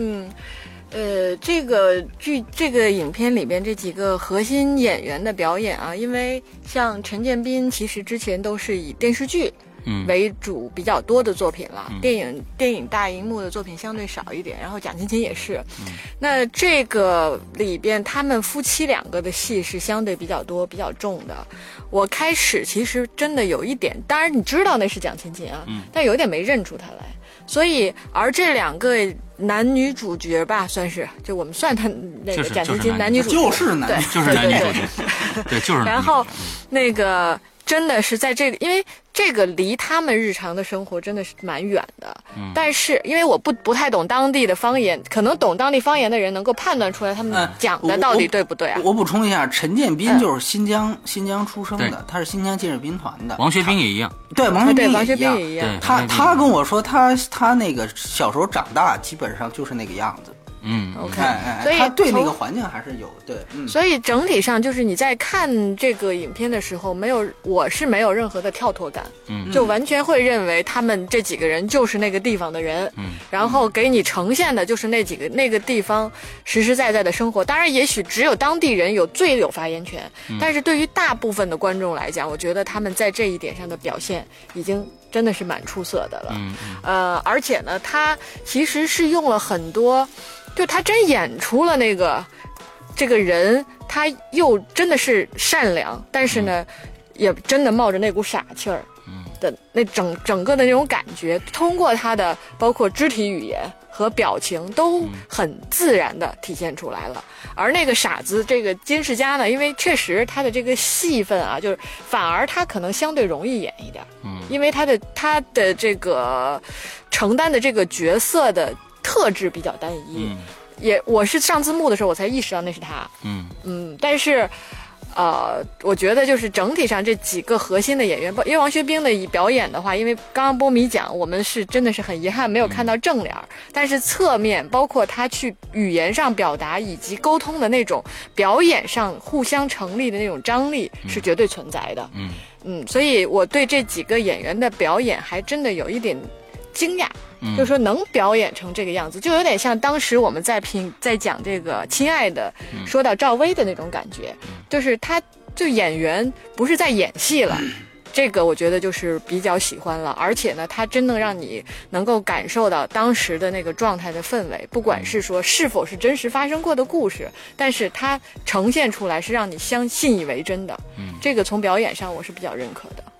这个影片里边这几个核心演员的表演啊，因为像陈建斌其实之前都是以电视剧为主比较多的作品了，电影大荧幕的作品相对少一点，然后蒋勤勤也是。那这个里边他们夫妻两个的戏是相对比较多比较重的。我开始其实真的有一点，当然你知道那是蒋勤勤啊，但有点没认出他来。所以而这两个男女主角吧，算是就我们算他那个蒋勤勤男女主角， 就是男女就是男女主角，对，就是男女主角。 然后那个真的是在这个，因为这个离他们日常的生活真的是蛮远的。但是因为我不太懂当地的方言，可能懂当地方言的人能够判断出来他们讲的到底对不对啊？ 我补充一下，陈建斌就是新疆出生的，他是新疆建设兵团的。 王学兵也一样， 对，王学兵也一样。 他跟我说，他那个小时候长大基本上就是那个样子。 OK， 所以他对那个环境还是有对。 所以整体上就是你在看这个影片的时候，我是没有任何的跳脱感，就完全会认为他们这几个人就是那个地方的人，然后给你呈现的就是那个地方实实在在的生活。当然，也许只有当地人最有发言权，但是对于大部分的观众来讲，我觉得他们在这一点上的表现已经真的是蛮出色的了。而且呢，他其实是用了很多。就他真演出了这个人，他又真的是善良，但是呢，也真的冒着那股傻气儿的那整个的那种感觉，通过他的包括肢体语言和表情都很自然的体现出来了。而那个傻子这个金世佳呢，因为确实他的这个戏份啊，就是反而他可能相对容易演一点，因为他的这个承担的这个角色的特质比较单一，我是上字幕的时候我才意识到那是他，但是，我觉得就是整体上这几个核心的演员，因为王学兵的表演的话，因为刚刚波米讲，我们是真的是很遗憾没有看到正脸，但是侧面包括他去语言上表达以及沟通的那种表演上互相成立的那种张力是绝对存在的，所以我对这几个演员的表演还真的有一点惊讶。就是说能表演成这个样子，就有点像当时我们在讲这个亲爱的，说到赵薇的那种感觉，就是他就演员不是在演戏了，这个我觉得就是比较喜欢了。而且呢，他真能让你能够感受到当时的那个状态的氛围，不管是说是否是真实发生过的故事，但是它呈现出来是让你信以为真的。这个从表演上我是比较认可的。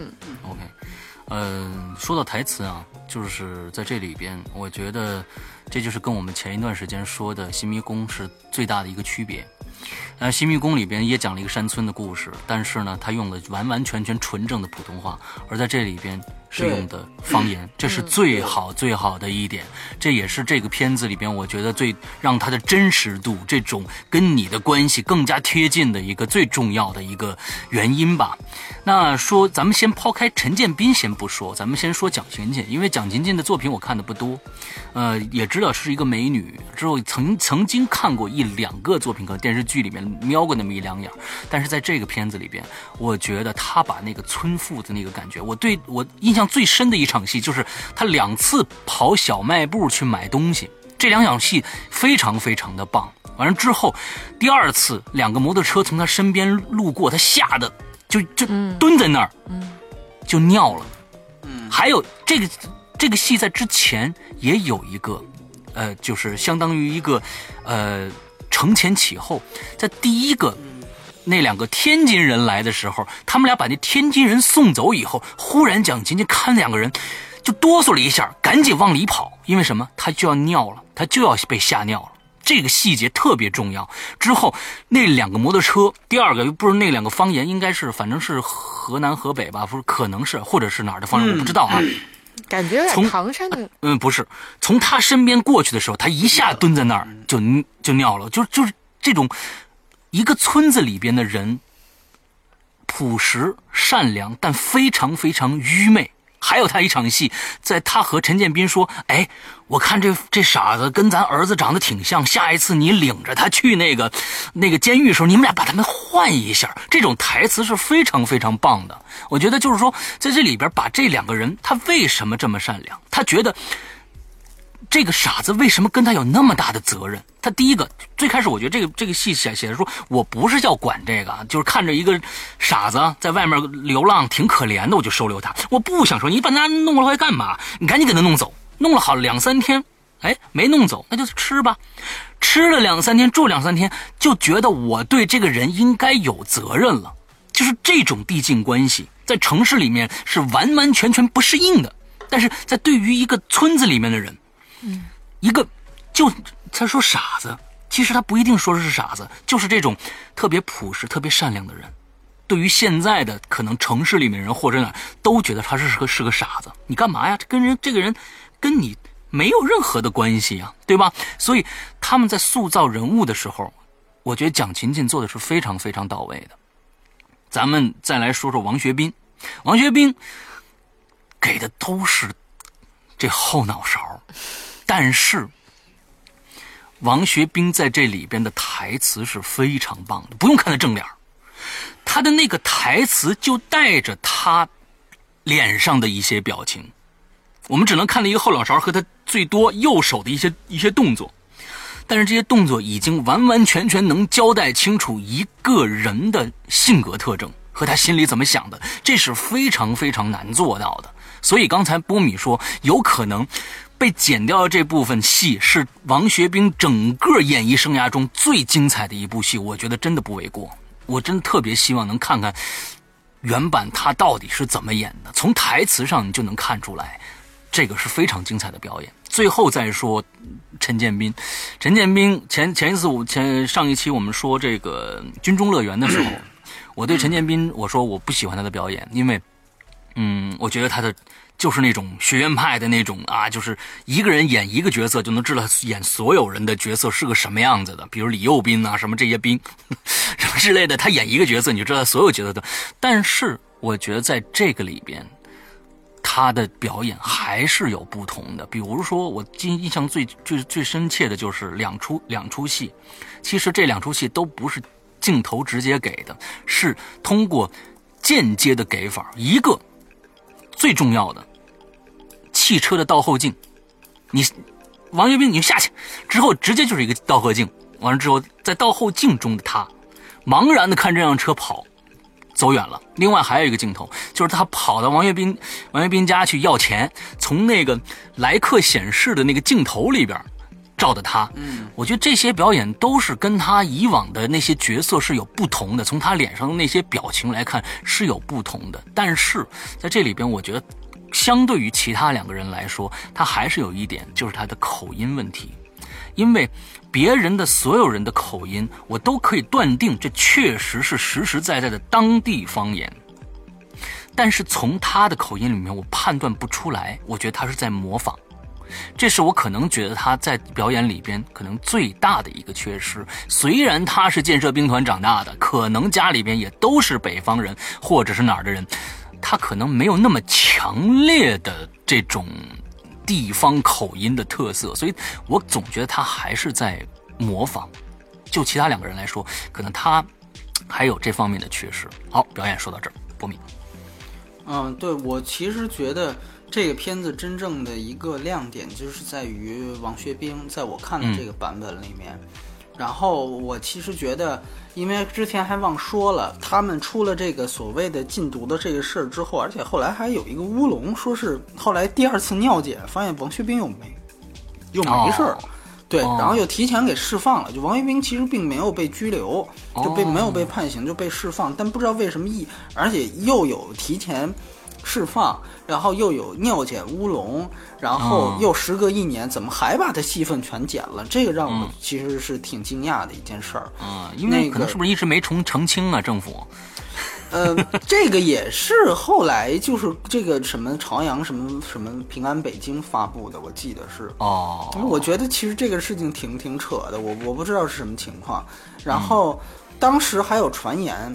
OK，说到台词啊，就是在这里边，我觉得这就是跟我们前一段时间说的新迷宫是最大的一个区别。新迷宫里边也讲了一个山村的故事，但是呢，他用了完完全全纯正的普通话，而在这里边是用的方言，这是最好的一点。这也是这个片子里边我觉得最让它的真实度，这种跟你的关系更加贴近的一个最重要的一个原因吧。那说咱们先抛开陈建斌先不说，咱们先说蒋勤勤，因为蒋勤勤的作品我看的不多，也知道是一个美女，之后曾经看过1、2个作品，可能电视剧里面瞄过那么1、2眼，但是在这个片子里边，我觉得他把那个村妇的那个感觉，我印象最深的一场戏就是他2次跑小卖部去买东西，这2场戏非常非常的棒。完了之后，第2次2个摩托车从他身边路过，他吓得就蹲在那儿，就尿了。还有这个戏在之前也有一个，就是相当于一个承前启后，在第一个那2个天津人来的时候，他们俩把那天津人送走以后，忽然蒋勤勤看2个人就哆嗦了一下，赶紧往里跑，因为什么？他就要尿了，他就要被吓尿了。这个细节特别重要。之后那2个摩托车，第2个又不是那2个方言，应该是反正是河南河北吧，不是，可能是或者是哪儿的方言，我不知道啊。 感觉有点唐山的。 不是，从他身边过去的时候，他一下蹲在那儿就尿了，就是这种一个村子里边的人朴实善良，但非常非常愚昧。还有他一场戏，在他和陈建斌说：“哎，我看这傻子跟咱儿子长得挺像，下一次你领着他去那个监狱的时候，你们俩把他们换一下。”这种台词是非常非常棒的。我觉得就是说，在这里边把这两个人，他为什么这么善良？他觉得这个傻子为什么跟他有那么大的责任？他第一个，最开始我觉得这个戏写的说，我不是要管这个，就是看着一个傻子在外面流浪挺可怜的，我就收留他。我不想说你把他弄过来干嘛？你赶紧给他弄走。弄了好2-3天，哎，没弄走，那就吃吧。吃了2-3天，住2-3天，就觉得我对这个人应该有责任了。就是这种递进关系，在城市里面是完完全全不适应的，但是在对于一个村子里面的人，一个就他说傻子，其实他不一定说是傻子，就是这种特别朴实、特别善良的人。对于现在的可能城市里面的人或者哪都觉得他是个傻子，你干嘛呀？这个人跟你没有任何的关系啊，对吧？所以他们在塑造人物的时候，我觉得蒋勤勤做的是非常非常到位的。咱们再来说说王学兵，王学兵给的都是这后脑勺，但是王学兵在这里边的台词是非常棒的，不用看他正脸，他的那个台词就带着他脸上的一些表情，我们只能看到一个后脑勺和他最多右手的一些动作，但是这些动作已经完完全全能交代清楚一个人的性格特征和他心里怎么想的，这是非常非常难做到的。所以刚才波米说有可能被剪掉的这部分戏是王学兵整个演艺生涯中最精彩的一部戏，我觉得真的不为过。我真的特别希望能看看原版他到底是怎么演的，从台词上你就能看出来，这个是非常精彩的表演。最后再说陈建斌上一期我们说这个军中乐园的时候，我对陈建斌我说我不喜欢他的表演，因为我觉得他的就是那种学院派的那种啊，就是一个人演一个角色就能知道演所有人的角色是个什么样子的，比如李幼斌啊什么这些兵什么之类的，他演一个角色你就知道所有角色的。但是我觉得在这个里边他的表演还是有不同的，比如说我印象最深切的就是两出戏，其实这2出戏都不是镜头直接给的，是通过间接的给法。一个最重要的汽车的倒后镜，王学兵你下去之后直接就是一个倒后镜，完了之后在倒后镜中的他茫然的看这辆车跑走远了。另外还有一个镜头，就是他跑到王学兵家去要钱，从那个来客显示的那个镜头里边照的他。我觉得这些表演都是跟他以往的那些角色是有不同的，从他脸上的那些表情来看是有不同的。但是在这里边我觉得相对于其他2个人来说，他还是有一点，就是他的口音问题。因为别人的所有人的口音我都可以断定这确实是实实在在的当地方言，但是从他的口音里面我判断不出来，我觉得他是在模仿，这是我可能觉得他在表演里边可能最大的一个缺失。虽然他是建设兵团长大的，可能家里边也都是北方人或者是哪儿的人，他可能没有那么强烈的这种地方口音的特色，所以我总觉得他还是在模仿。就其他2个人来说，可能他还有这方面的缺失。好，表演说到这儿，波米。 对，我其实觉得这个片子真正的一个亮点就是在于王学兵，在我看的这个版本里面。然后我其实觉得，因为之前还忘说了，他们出了这个所谓的禁毒的这个事儿之后，而且后来还有一个乌龙，说是后来第2次尿检发现王学兵又没事儿。对，然后又提前给释放了。就王学兵其实并没有被拘留，没有被判刑，就被释放，但不知道为什么而且又有提前释放，然后又有尿检乌龙，然后又时隔1年，怎么还把他戏份全剪了？这个让我其实是挺惊讶的一件事儿。 因为可能是不是一直没澄清啊，政府？ 这个也是后来就是这个什么朝阳什么平安北京发布的，我记得是。我觉得其实这个事情挺扯的，我不知道是什么情况。然后当时还有传言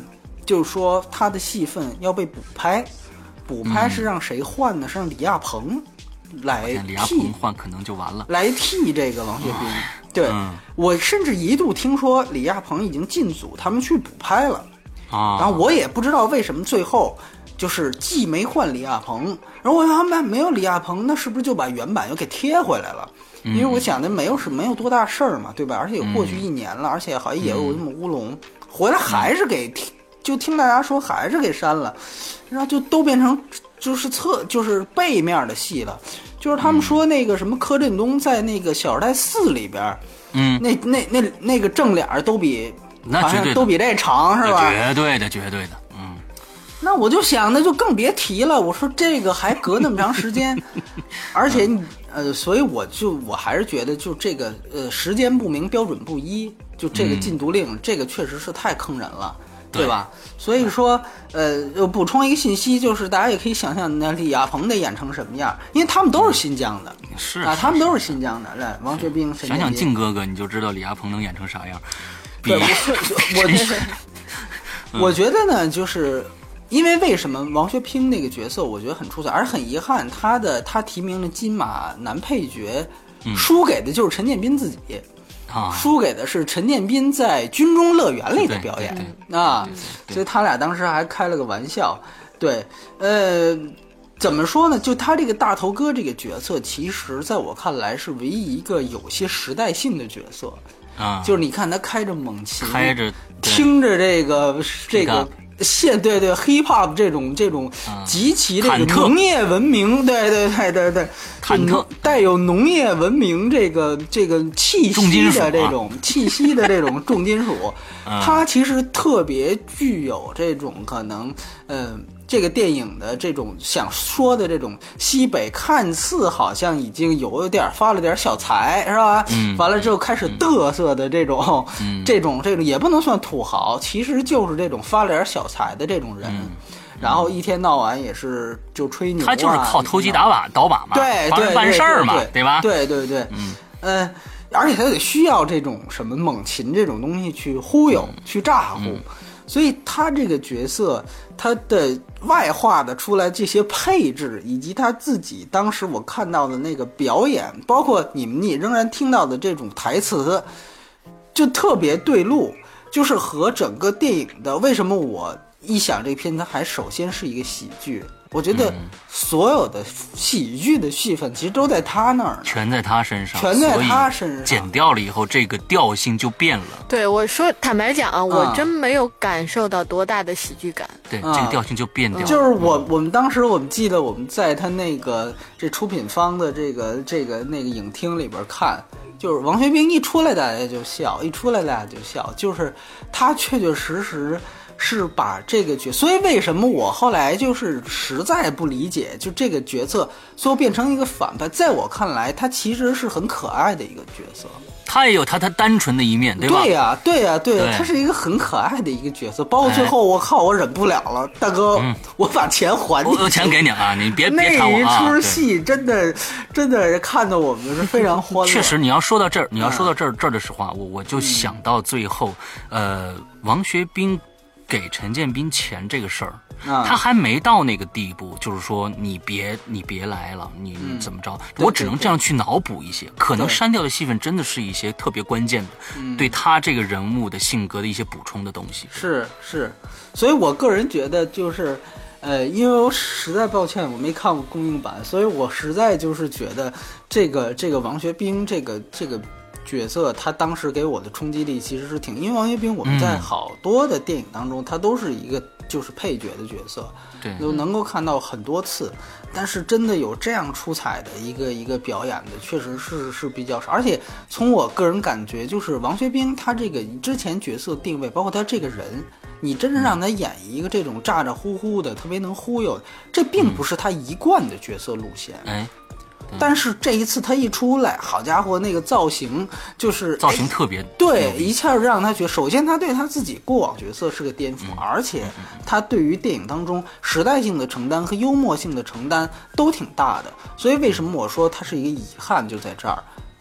就是说他的戏份要被补拍，补拍是让谁换呢？是让李亚鹏来替， 李亚鹏换可能就完了， 来替这个王学兵。对、我甚至一度听说李亚鹏已经进组，他们去补拍了啊。 然后我也不知道为什么最后就是既没换李亚鹏，然后我想没有李亚鹏，那是不是就把原版又给贴回来了？因为我想的没有多大事儿嘛，对吧？而且也过去1年了，而且好像也有这么乌龙，回来还是给就听大家说还是给删了，然后就都变成就是背面的戏了。就是他们说那个什么柯震东在那个《小时代4》里边，那个正脸都比好像都比这长是吧？ 绝对的。 那我就想那就更别提了。我说这个还隔那么长时间，而且所以我还是觉得就这个时间不明标准不一，就这个禁毒令，这个确实是太坑人了。对吧？所以说，补充一个信息，就是大家也可以想象，那李亚鹏得演成什么样，因为他们都是新疆的， 是啊，他们都是新疆的。来，王学兵， 想想靖哥哥，你就知道李亚鹏能演成啥样。 对，我觉得呢，就是因为为什么王学兵那个角色，我觉得很出彩，而很遗憾，他提名了金马男配角，输给的就是陈建斌自己。输给的是陈建斌在《军中乐园》里的表演啊，所以他俩当时还开了个玩笑。对，怎么说呢？就他这个大头哥这个角色，其实在我看来是唯一一个有些时代性的角色啊。 就是你看他开着猛琴， 听着这个对 hip hop 这种极其这个农业文明，对，带有农业文明这个气息的这种气息的这种重金属，它其实特别具有这种可能这个电影的这种想说的这种西北，看似好像已经有点发了点小财，是吧？完了之后开始嘚瑟的这种也不能算土豪，其实就是这种发了点小财的这种人。然后一天到晚也是就吹牛， 他就是靠偷鸡倒把嘛， 对， 办事儿嘛，对吧？ 对，而且他得需要这种什么猛禽这种东西去忽悠，去诈唬。所以他这个角色，他的外化的出来这些配置，以及他自己当时我看到的那个表演，包括你仍然听到的这种台词，就特别对路，就是和整个电影的为什么我一想这片子还首先是一个喜剧，我觉得所有的喜剧的戏份其实都在他那儿， 全在他身上，剪掉了以后这个调性就变了。 对，我说坦白讲啊，我真没有感受到多大的喜剧感。 对，这个调性就变掉了。 就是我们当时我们记得我们在他那个这出品方的那个影厅里边看，就是王学兵一出来大家就笑，就是他确确实实是把这个角色，所以为什么我后来就是实在不理解，就这个角色最后变成一个反派，在我看来他其实是很可爱的一个角色， 他也有他单纯的一面，对吧？ 对呀，他是一个很可爱的一个角色，包括最后我靠，我忍不了了，大哥，我把钱还你， 我钱给你啊，你别那看我啊。 那一出戏真的看得我们是非常欢乐。 确实，你要说到这儿的实话，我就想到最后，王学兵给陈建斌钱这个事儿，他还没到那个地步，就是说你别来了，你怎么着？我只能这样去脑补一些，可能删掉的戏份真的是一些特别关键的，对他这个人物的性格的一些补充的东西。 是，所以我个人觉得就是。因为我实在抱歉，我没看过公映版，所以我实在就是觉得这个王学兵这个角色，他当时给我的冲击力其实是挺，因为王学兵我们在好多的电影当中，他都是一个就是配角的角色， 对， 都能够看到很多次，但是真的有这样出彩的一个表演的，确实是比较少。而且从我个人感觉，就是王学兵他这个之前角色定位，包括他这个人。你真正让他演一个这种咋咋呼呼的，特别能忽悠，这并不是他一贯的角色路线。但是这一次他一出来，好家伙，那个造型特别对，一下让他觉得，首先他对他自己过往角色是个颠覆，而且他对于电影当中时代性的承担和幽默性的承担都挺大的。所以为什么我说他是一个遗憾，就在这儿。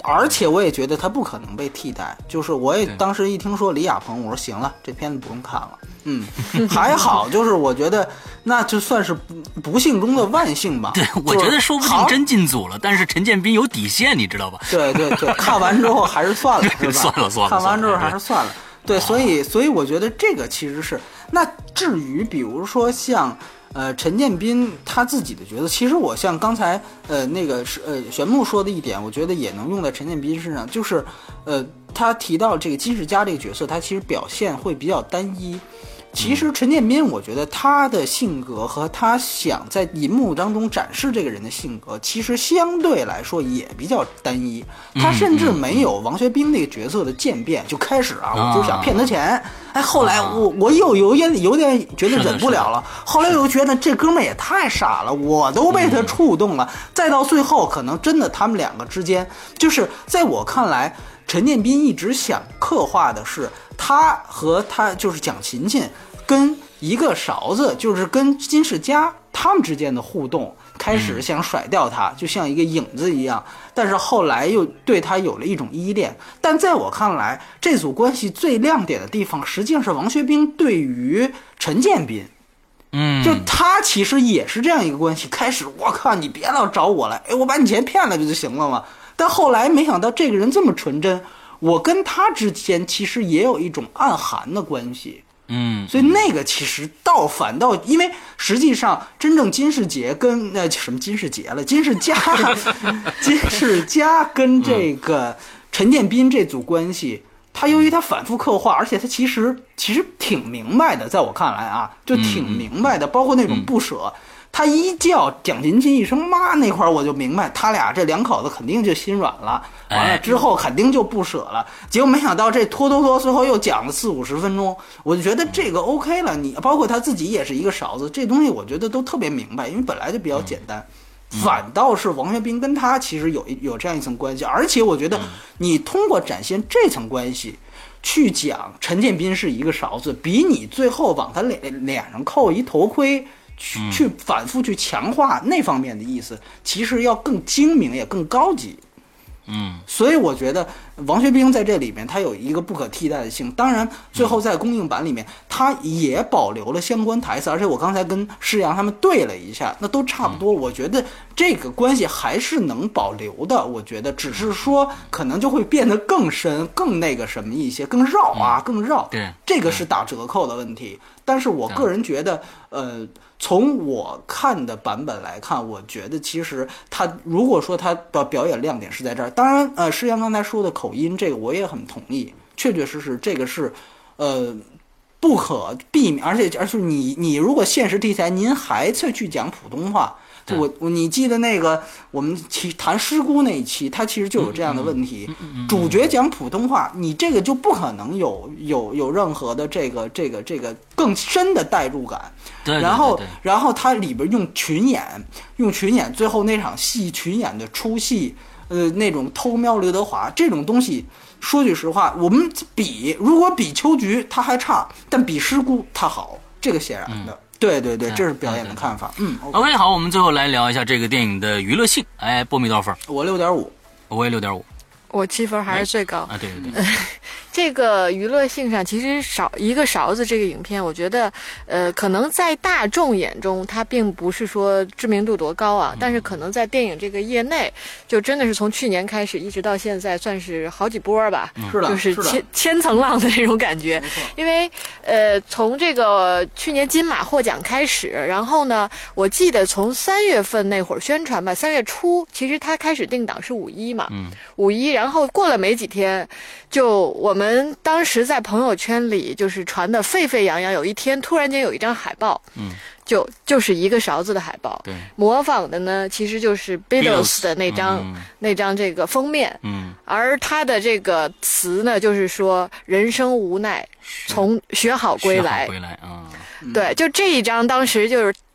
而且我也觉得他不可能被替代。就是我也当时一听说李亚鹏，我说行了，这片子不用看了。还好，就是我觉得那就算是不幸中的万幸吧。 对，我觉得说不定真进组了，但是陈建斌有底线，你知道吧？ 对，看完之后还是算了，是吧？ 算了， 看完之后还是算了。对，所以我觉得这个其实是。那至于比如说像陈建斌他自己的角色，其实我像刚才那个玄牧说的一点，我觉得也能用在陈建斌身上，就是他提到这个金世佳这个角色，他其实表现会比较单一。其实陈建斌，我觉得他的性格和他想在银幕当中展示这个人的性格，其实相对来说也比较单一。他甚至没有王学兵那个角色的渐变，就开始我就想骗他钱，后来我又有点觉得忍不了了，后来又觉得这哥们也太傻了，我都被他触动了。再到最后，可能真的他们两个之间，就是在我看来，陈建斌一直想刻画的是他和他就是蒋勤勤跟一个勺子，就是跟金世佳他们之间的互动，开始想甩掉他，就像一个影子一样，但是后来又对他有了一种依恋。但在我看来，这组关系最亮点的地方，实际上是王学兵对于陈建斌。就他其实也是这样一个关系。开始我靠，你别老找我来，我把你钱骗了不就行了吗？但后来没想到这个人这么纯真，我跟他之间其实也有一种暗含的关系。所以那个其实反倒，因为实际上真正金世杰跟什么金世杰了，金世佳跟这个陈建斌这组关系，他由于他反复刻画，而且他其实挺明白的，在我看来就挺明白的，包括那种不舍。他一叫蒋勤勤一声妈那块儿，我就明白他俩这两口子肯定就心软了，完了之后肯定就不舍了。结果没想到这拖，最后又讲了40-50分钟，我就觉得这个 OK 了。你包括他自己也是一个勺子，这东西我觉得都特别明白，因为本来就比较简单。反倒是王学兵跟他其实有这样一层关系，而且我觉得你通过展现这层关系去讲陈建斌是一个勺子，比你最后往他脸上扣一头盔去反复去强化那方面的意思，其实要更精明也更高级。所以我觉得王学兵在这里面他有一个不可替代的性。当然最后在公映版里面他也保留了相关台词，而且我刚才跟施洋他们对了一下，那都差不多。我觉得这个关系还是能保留的，我觉得只是说可能就会变得更深更那个什么一些，更绕更绕。 对， 这个是打折扣的问题。但是我个人觉得从我看的版本来看，我觉得其实他如果说他的表演亮点是在这儿，当然施洋刚才说的口音这个我也很同意，确确实实这个是不可避免，而且你如果现实题材您还去讲普通话，你记得那个我们谈师姑那一期，它其实就有这样的问题。主角讲普通话，你这个就不可能有任何的这个更深的代入感。 对， 然后它里边用群演，最后那场戏群演的出戏，那种偷瞄刘德华这种东西，说句实话，我们如果比秋菊他还差，但比师姑他好，这个显然的。对，这是表演的看法。 OK， 好，我们最后来聊一下这个电影的娱乐性。波米多少分？ 我6.5， 我也6.5， 我7分还是最高。 对。 这个娱乐性上，其实一个勺子这个影片，我觉得，可能在大众眼中，它并不是说知名度多高啊，但是可能在电影这个业内，就真的是从去年开始一直到现在，算是好几波吧，就是千层浪的那种感觉。因为从这个去年金马获奖开始，然后呢，我记得从3月份那会儿宣传吧，3月初，其实它开始定档是5·1嘛，5·1，然后过了没几天，就我们当时在朋友圈里就是传的沸沸扬扬，有一天突然间有一张海报，就是一个勺子的海报， 对， 模仿的呢其实就是 Beatles 的那张这个封面，而他的这个词呢就是说人生无奈，从学好归来， 啊， 对，就这一张当时就是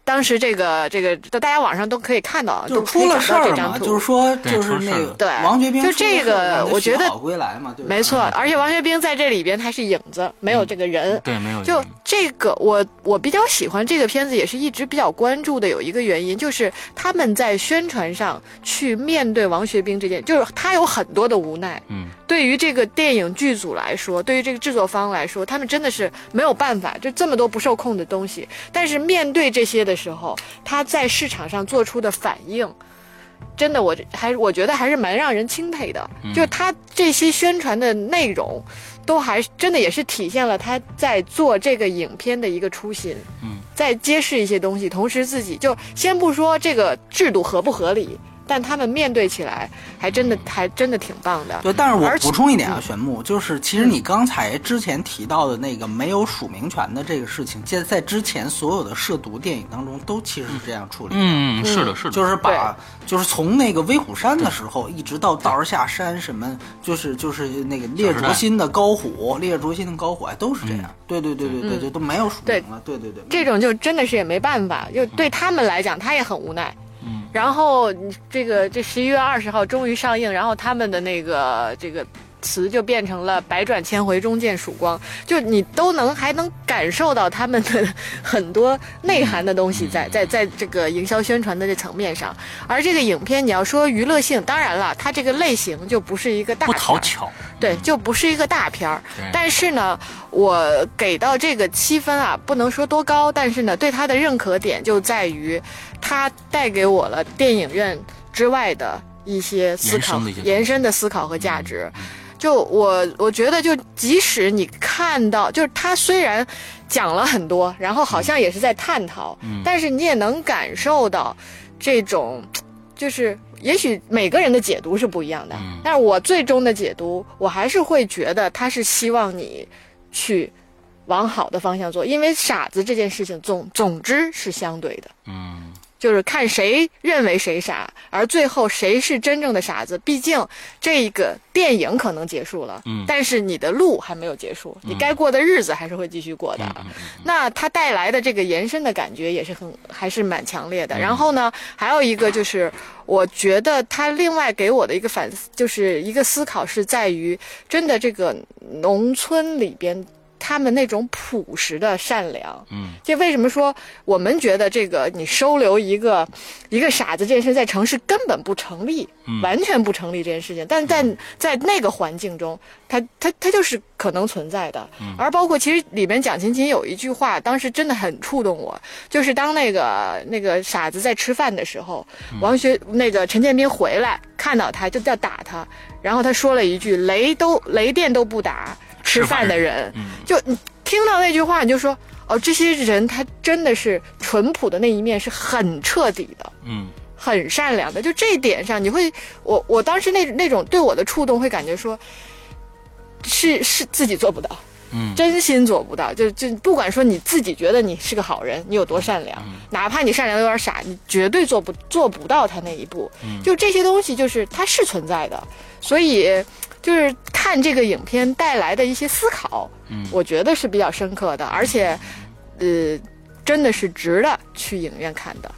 当时这个大家网上都可以看到， 就出了事儿嘛，就是说就是那个对王学兵就这个，我觉得归来嘛，对吧？ 没错，而且王学兵在这里边他是影子，没有这个人， 对，没有。 就这个，我比较喜欢这个片子，也是一直比较关注的，有一个原因就是他们在宣传上去面对王学兵这件，就是他有很多的无奈。对于这个电影剧组来说，对于这个制作方来说，他们真的是没有办法，就这么多不受控的东西。但是面对这些的时候，他在市场上做出的反应，真的我觉得还是蛮让人钦佩的。就是他这些宣传的内容，都还真的也是体现了他在做这个影片的一个初心。在揭示一些东西，同时自己就先不说这个制度合不合理。但他们面对起来还真的挺棒的。 对，但是我补充一点啊，玄牧，就是其实你刚才之前提到的那个没有署名权的这个事情，在之前所有的涉毒电影当中都其实是这样处理的。 是的， 就是从那个威虎山的时候一直到道儿下山什么，就是那个烈灼心的高虎，哎，都是这样。对，都没有署名了。对， 这种就真的是也没办法，就对他们来讲，他也很无奈。然后这11月20号终于上映，然后他们的这个词就变成了百转千回终见曙光，就你还能感受到他们的很多内涵的东西在这个营销宣传的这层面上。而这个影片你要说娱乐性，当然了，它这个类型就不是一个大片， 不讨巧， 对，就不是一个大片儿。但是呢，我给到这个7分啊，不能说多高，但是呢，对它的认可点就在于它带给我了电影院之外的一些思考，延伸的思考和价值。就我觉得，就即使你看到，就是他虽然讲了很多，然后好像也是在探讨，但是你也能感受到这种，就是也许每个人的解读是不一样的，但是我最终的解读，我还是会觉得他是希望你去往好的方向做，因为傻子这件事情总之是相对的，就是看谁认为谁傻，而最后谁是真正的傻子。毕竟这个电影可能结束了，但是你的路还没有结束，你该过的日子还是会继续过的。那它带来的这个延伸的感觉也是还是蛮强烈的。然后呢，还有一个就是，我觉得它另外给我的一个就是一个思考是在于，真的这个农村里边，他们那种朴实的善良，就为什么说我们觉得这个你收留一个傻子这件事在城市根本不成立，完全不成立这件事情，但在那个环境中，它就是可能存在的。而包括其实里面蒋勤勤有一句话，当时真的很触动我，就是当那个傻子在吃饭的时候，那个陈建斌回来看到他就要打他，然后他说了一句雷电都不打吃饭的人，就你听到那句话，你就说哦，这些人他真的是淳朴的那一面是很彻底的，很善良的。就这一点上，你会我当时那种对我的触动，会感觉说，是自己做不到，真心做不到。就不管说你自己觉得你是个好人，你有多善良，哪怕你善良有点傻，你绝对做不到他那一步。就这些东西，就是它是存在的，所以。就是看这个影片带来的一些思考，我觉得是比较深刻的，而且，真的是值得去影院看的。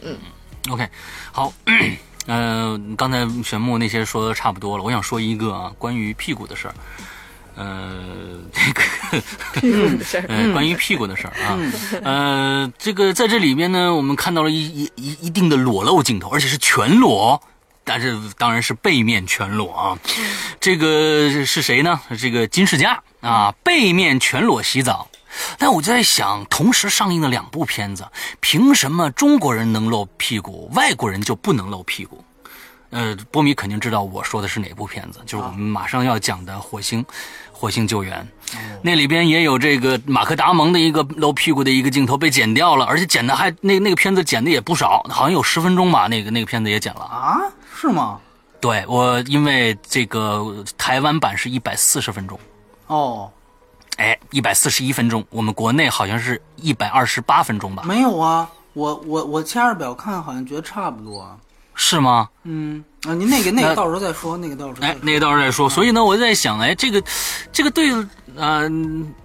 OK， 好，刚才玄牧那些说的差不多了，我想说一个啊，关于屁股的事儿。关于屁股的事儿啊，这个在这里边呢，我们看到了一定的裸露镜头，而且是全裸。但是当然是背面全裸啊，这个是谁呢？这个金世佳啊，背面全裸洗澡。但我就在想，同时上映的2部片子，凭什么中国人能露屁股，外国人就不能露屁股？波米肯定知道我说的是哪部片子，就是我们马上要讲的火星救援。那里边也有这个马克达蒙的一个露屁股的一个镜头被剪掉了，而且剪的还那个片子剪的也不少，好像有10分钟吧，那个片子也剪了啊。是吗？ 对，我因为这个台湾版是140分钟， 哦 ，141分钟，我们国内好像是128分钟吧？ 没有啊，我掐着表看，好像觉得差不多。 是吗？ 您那个到时候再说，那个到时候再说。 所以呢，我在想，这个对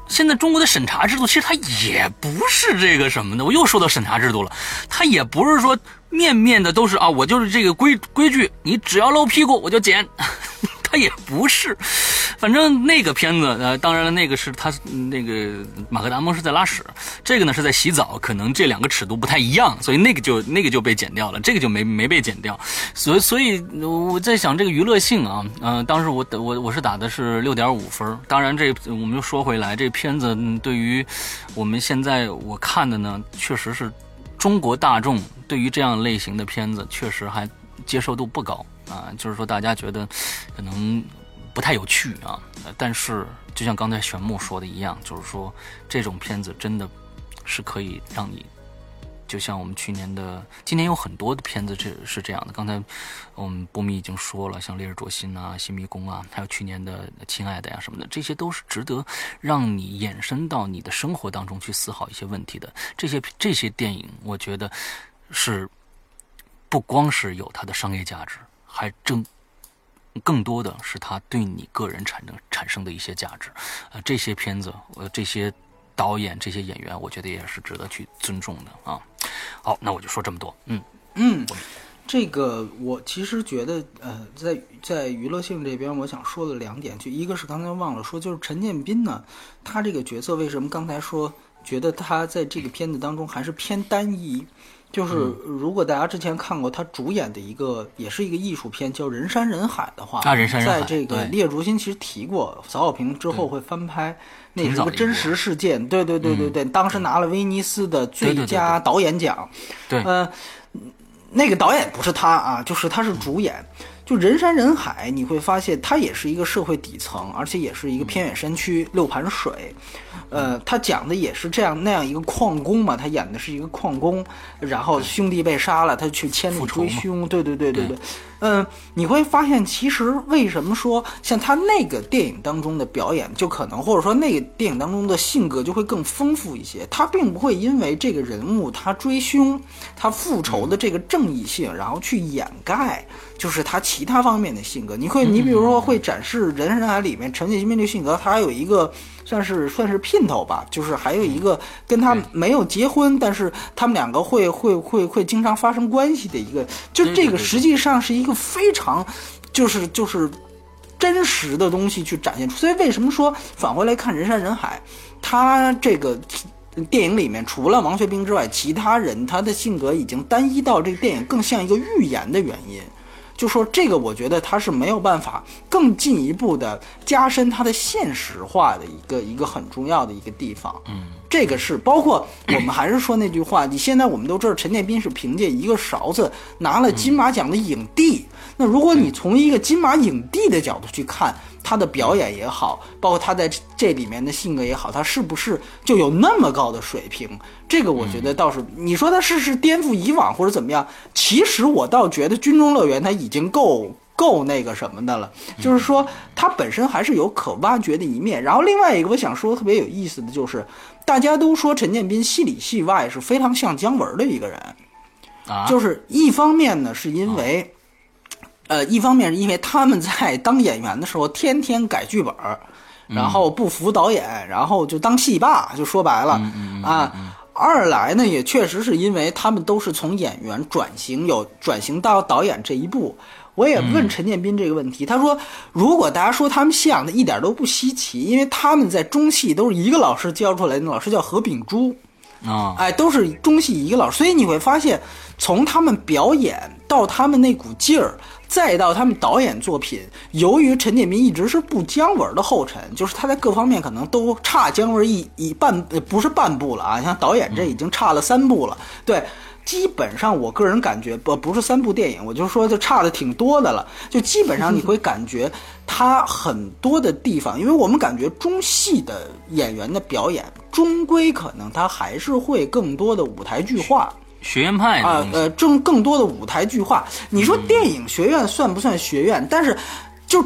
现在中国的审查制度其实它也不是这个什么的，我又说到审查制度了，它也不是说面面的都是啊，我就是这个规矩，你只要露屁股我就剪，它也不是。反正那个片子当然了，那个是他那个马克达蒙是在拉屎，这个呢是在洗澡，可能这两个尺度不太一样，所以那个就被剪掉了，这个就没被剪掉。所以我在想这个娱乐性啊，当时我是打的是6.5分。当然我们又说回来，这片子对于我们现在我看的呢，确实是中国大众对于这样类型的片子确实还接受度不高啊，就是说大家觉得可能不太有趣啊，但是就像刚才玄牧说的一样，就是说这种片子真的是可以让你，就像我们今年有很多的片子是这样的。刚才我们波米已经说了，像《烈日灼心》啊、《新迷宫》啊，还有去年的《亲爱的》呀什么的，这些都是值得让你延伸到你的生活当中去思考一些问题的。这些电影，我觉得是不光是有它的商业价值，还更多的是它对你个人产生的一些价值。这些片子，这些导演、这些演员，我觉得也是值得去尊重的啊。好，那我就说这么多。 这个我其实觉得，在娱乐性这边，我想说的2点，就一个是刚才忘了说，就是陈建斌呢，他这个角色为什么刚才说觉得他在这个片子当中还是偏单一？就是如果大家之前看过他主演的也是一个艺术片叫《人山人海》的话， 人山人海， 在这个《烈日灼心》其实提过，曹保平之后会翻拍，那是个真实事件，对，当时拿了威尼斯的最佳导演奖， 对， 那个导演不是他啊，就是他是主演。就人山人海，你会发现它也是一个社会底层，而且也是一个偏远山区6盘水。他讲的也是那样一个矿工嘛，他演的是一个矿工，然后兄弟被杀了，他去千里追凶，对。你会发现其实为什么说像他那个电影当中的表演就可能，或者说那个电影当中的性格就会更丰富一些，他并不会因为这个人物他追凶他复仇的这个正义性然后去掩盖就是他其他方面的性格。你比如说会展示人山人海里面陈建斌这个性格，他还有一个算是姘头吧，就是还有一个跟他没有结婚，但是他们两个会经常发生关系的一个，就这个实际上是一个非常就是真实的东西去展现出。所以为什么说返回来看人山人海，他这个电影里面除了王学兵之外，其他人他的性格已经单一到这个电影更像一个寓言的原因。就说这个我觉得他是没有办法更进一步的加深他的现实化的一个很重要的一个地方。这个是包括我们还是说那句话，你现在我们都知道陈建斌是凭借一个勺子拿了金马奖的影帝，那如果你从一个金马影帝的角度去看他的表演也好，包括他在这里面的性格也好，他是不是就有那么高的水平？这个我觉得倒是，你说他是颠覆以往或者怎么样，其实我倒觉得军中乐园他已经够那个什么的了，就是说它本身还是有可挖掘的一面。然后另外一个我想说特别有意思的就是，大家都说陈建斌戏里戏外是非常像姜文的一个人，就是一方面呢是因为一方面是因为他们在当演员的时候天天改剧本，然后不服导演，然后就当戏霸，就说白了二来呢也确实是因为他们都是从演员转型到导演这一步。我也问陈建斌这个问题，他说如果大家说他们像的一点都不稀奇，因为他们在中戏都是一个老师教出来的，老师叫何秉珠都是中戏一个老师，所以你会发现从他们表演到他们那股劲儿，再到他们导演作品，由于陈建斌一直是步姜文的后尘，就是他在各方面可能都差姜文一半，不是半步了啊，像导演这已经差了3步了，对。基本上我个人感觉不是3部电影，我就说就差的挺多的了，就基本上你会感觉他很多的地方，因为我们感觉中戏的演员的表演终归可能他还是会更多的舞台剧化， 学院派更多的舞台剧化。你说电影学院算不算学院？但是就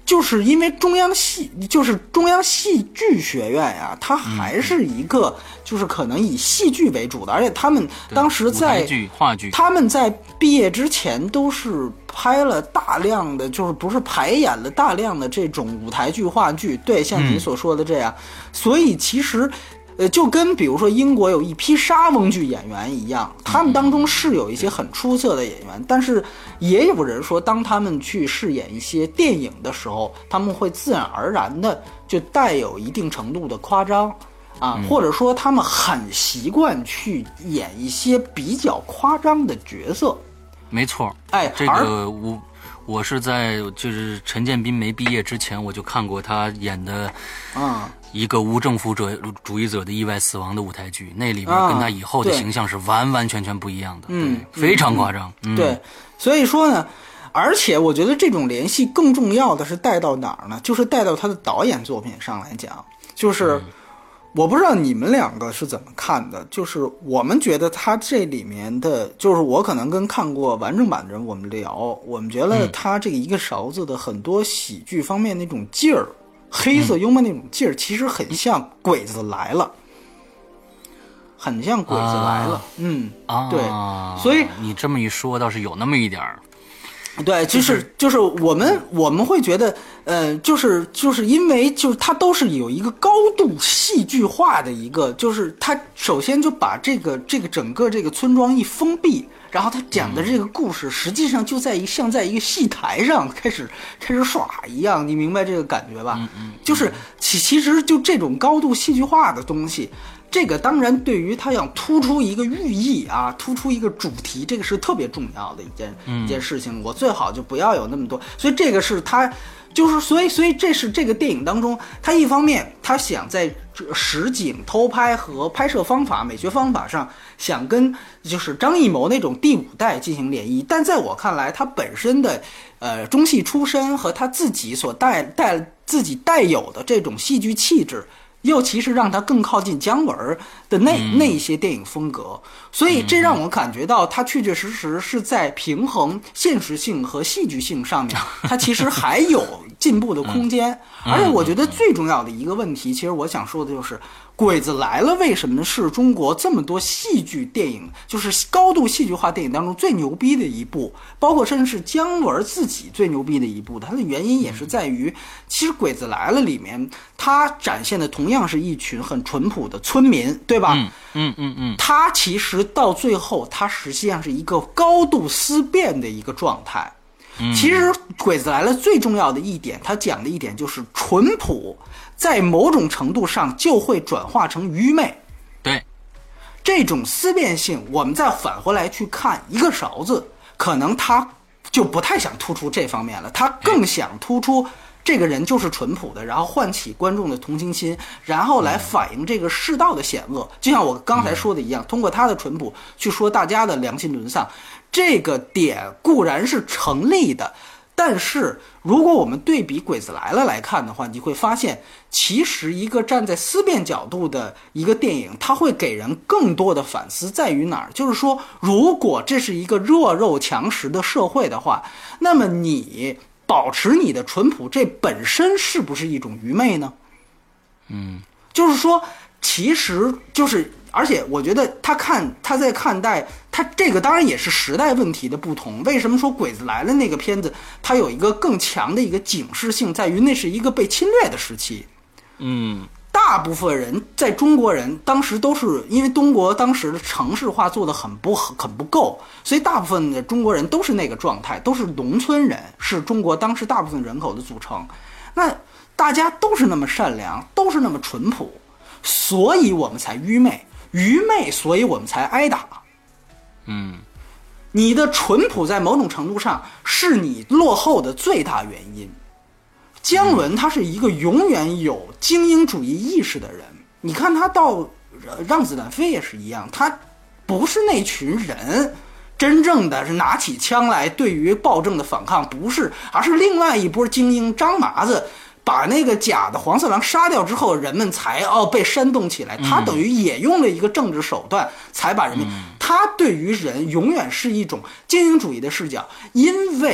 就是因为中央戏剧学院呀，它还是一个就是可能以戏剧为主的，而且他们当时在话剧， 他们在毕业之前都是拍了大量的，就是不是排演了大量的这种舞台剧、话剧，对，像你所说的这样，所以其实。就跟比如说英国有一批莎翁剧演员一样，他们当中是有一些很出色的演员，但是也有人说，当他们去饰演一些电影的时候，他们会自然而然的就带有一定程度的夸张啊，或者说他们很习惯去演一些比较夸张的角色。 没错， 哎， 这个我是在就是陈建斌没毕业之前，我就看过他演的一个无政府主义者的意外死亡的舞台剧，那里边跟他以后的形象是完完全全不一样的，非常夸张。 对，所以说呢，而且我觉得这种联系更重要的是带到哪儿呢？就是带到他的导演作品上来讲，就是我不知道你们两个是怎么看的，就是我们觉得他这里面的，就是我可能跟看过完整版的人我们聊，我们觉得他这个一个勺子的很多喜剧方面那种劲儿，黑色幽默那种劲儿，其实很像《鬼子来了》，很像《鬼子来了》。对，所以你这么一说，倒是有那么一点儿。 对，就是我们会觉得，就是因为就是它都是有一个高度戏剧化的一个，就是它首先就把这个整个这个村庄一封闭，然后他讲的这个故事实际上就像在一个戏台上开始耍一样，你明白这个感觉吧？就是其实就这种高度戏剧化的东西。这个当然对于他想突出一个寓意啊，突出一个主题，这个是特别重要的一件事情。我最好就不要有那么多，所以这个是他就是所以这是这个电影当中，他一方面他想在实景偷拍和拍摄方法、美学方法上想跟就是张艺谋那种第五代进行联谊，但在我看来，他本身的中戏出身和他自己所自己带有的这种戏剧气质。又其实让他更靠近姜文的那一些电影风格，所以这让我感觉到他确确实实是在平衡现实性和戏剧性上面，他其实还有进步的空间。而且我觉得最重要的一个问题，其实我想说的就是，《鬼子来了》为什么是中国这么多戏剧电影，就是高度戏剧化电影当中最牛逼的一部，包括甚至是姜文自己最牛逼的一部，它的原因也是在于，其实《鬼子来了》里面它展现的同样是一群很淳朴的村民，对吧？它其实到最后，它实际上是一个高度思辨的一个状态。其实《鬼子来了》最重要的一点，他讲的一点就是淳朴，在某种程度上就会转化成愚昧。 对， 这种思辨性，我们再返回来去看一个勺子，可能他就不太想突出这方面了，他更想突出这个人就是淳朴的，然后唤起观众的同情心，然后来反映这个世道的险恶。就像我刚才说的一样，通过他的淳朴去说大家的良心沦丧，这个点固然是成立的，但是如果我们对比《鬼子来了》来看的话，你会发现，其实一个站在思辨角度的一个电影，它会给人更多的反思在于哪儿？就是说，如果这是一个弱肉强食的社会的话，那么你保持你的淳朴，这本身是不是一种愚昧呢？就是说，其实就是。而且我觉得他在看待他这个，当然也是时代问题的不同。为什么说《鬼子来了》那个片子它有一个更强的一个警示性，在于那是一个被侵略的时期。大部分人在中国人当时都是因为中国当时的城市化做得很不够，所以大部分的中国人都是那个状态，都是农村人，是中国当时大部分人口的组成。那大家都是那么善良，都是那么淳朴，所以我们才愚昧，所以我们才挨打。你的淳朴在某种程度上是你落后的最大原因。姜文他是一个永远有精英主义意识的人，你看他到让子弹飞也是一样，他不是那群人真正的是拿起枪来对于暴政的反抗，不是，而是另外一波精英张麻子把那个假的黄色狼杀掉之后，人们才被煽动起来。他等于也用了一个政治手段，才把人民。他对于人永远是一种精英主义的视角，因为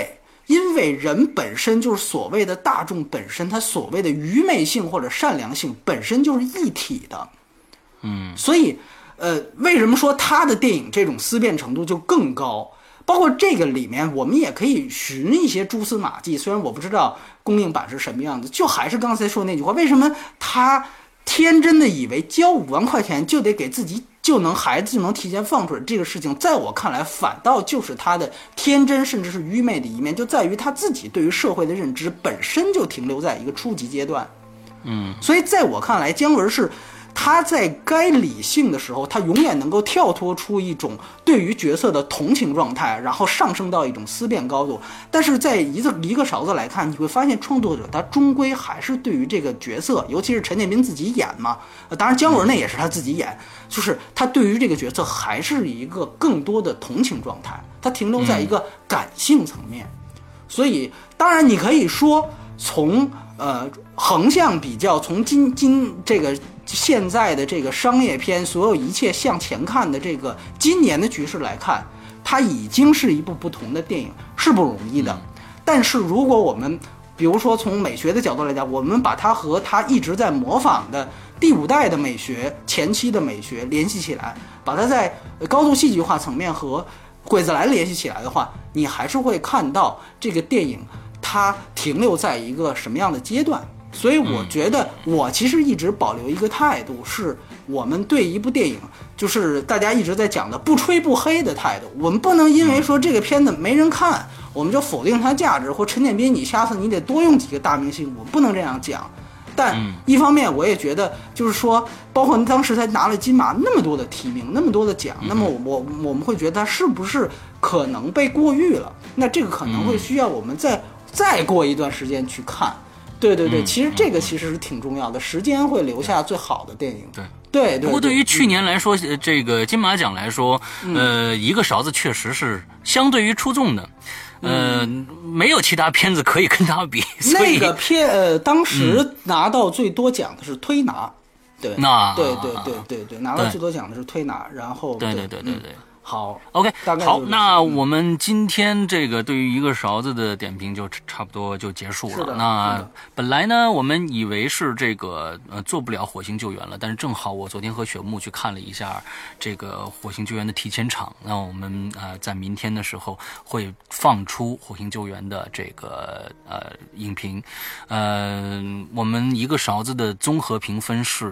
因为人本身就是所谓的大众本身，他所谓的愚昧性或者善良性本身就是一体的，所以为什么说他的电影这种思辨程度就更高？包括这个里面，我们也可以寻一些蛛丝马迹，虽然我不知道公映版是什么样子，就还是刚才说那句话，为什么他天真的以为交5万块钱就得给自己孩子就能提前放出来，这个事情在我看来反倒就是他的天真甚至是愚昧的一面，就在于他自己对于社会的认知本身就停留在一个初级阶段。所以在我看来，姜文是他在该理性的时候，他永远能够跳脱出一种对于角色的同情状态，然后上升到一种思辨高度。但是在一个勺子来看，你会发现创作者他终归还是对于这个角色，尤其是陈建斌自己演嘛，当然姜文那也是他自己演，就是他对于这个角色还是一个更多的同情状态，他停留在一个感性层面。所以当然你可以说从横向比较，从这个现在的这个商业片所有一切向前看的这个今年的局势来看，它已经是一部不同的电影，是不容易的。但是如果我们比如说从美学的角度来讲，我们把它和它一直在模仿的第5代的美学前期的美学联系起来，把它在高度戏剧化层面和鬼子来联系起来的话，你还是会看到这个电影它停留在一个什么样的阶段。所以我觉得我其实一直保留一个态度，是我们对一部电影就是大家一直在讲的不吹不黑的态度。我们不能因为说这个片子没人看我们就否定它价值，或陈建斌你下次你得多用几个大明星，我不能这样讲。但一方面我也觉得就是说，包括当时他拿了金马那么多的提名那么多的奖，那么我们会觉得他是不是可能被过誉了，那这个可能会需要我们再过一段时间去看。对，其实这个其实是挺重要的，时间会留下最好的电影。对。 不过对于去年来说，这个金马奖来说，一个勺子确实是相对于出众的，没有其他片子可以跟他比。 那个片当时拿到最多奖的是推拿，对，对，拿到最多奖的是推拿，然后对。好 ，OK， 好，那我们今天这个对于一个勺子的点评就差不多就结束了。那本来呢，我们以为是这个做不了火星救援了，但是正好我昨天和雪木去看了一下这个火星救援的提前场，那我们在明天的时候会放出火星救援的这个影评。我们一个勺子的综合评分是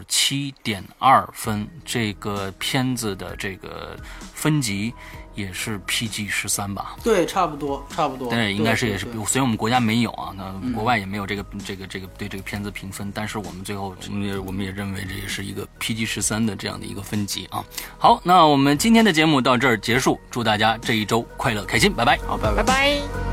7.2分，这个片子的这个分级也是 PG-13吧？ 对，差不多。 对，应该是也是，虽然我们国家没有啊，那国外也没有这个对这个片子评分，但是我们最后我们也认为这也是一个 PG-13的这样的一个分级啊。好，那我们今天的节目到这儿结束，祝大家这一周快乐开心，拜拜。 好，拜拜。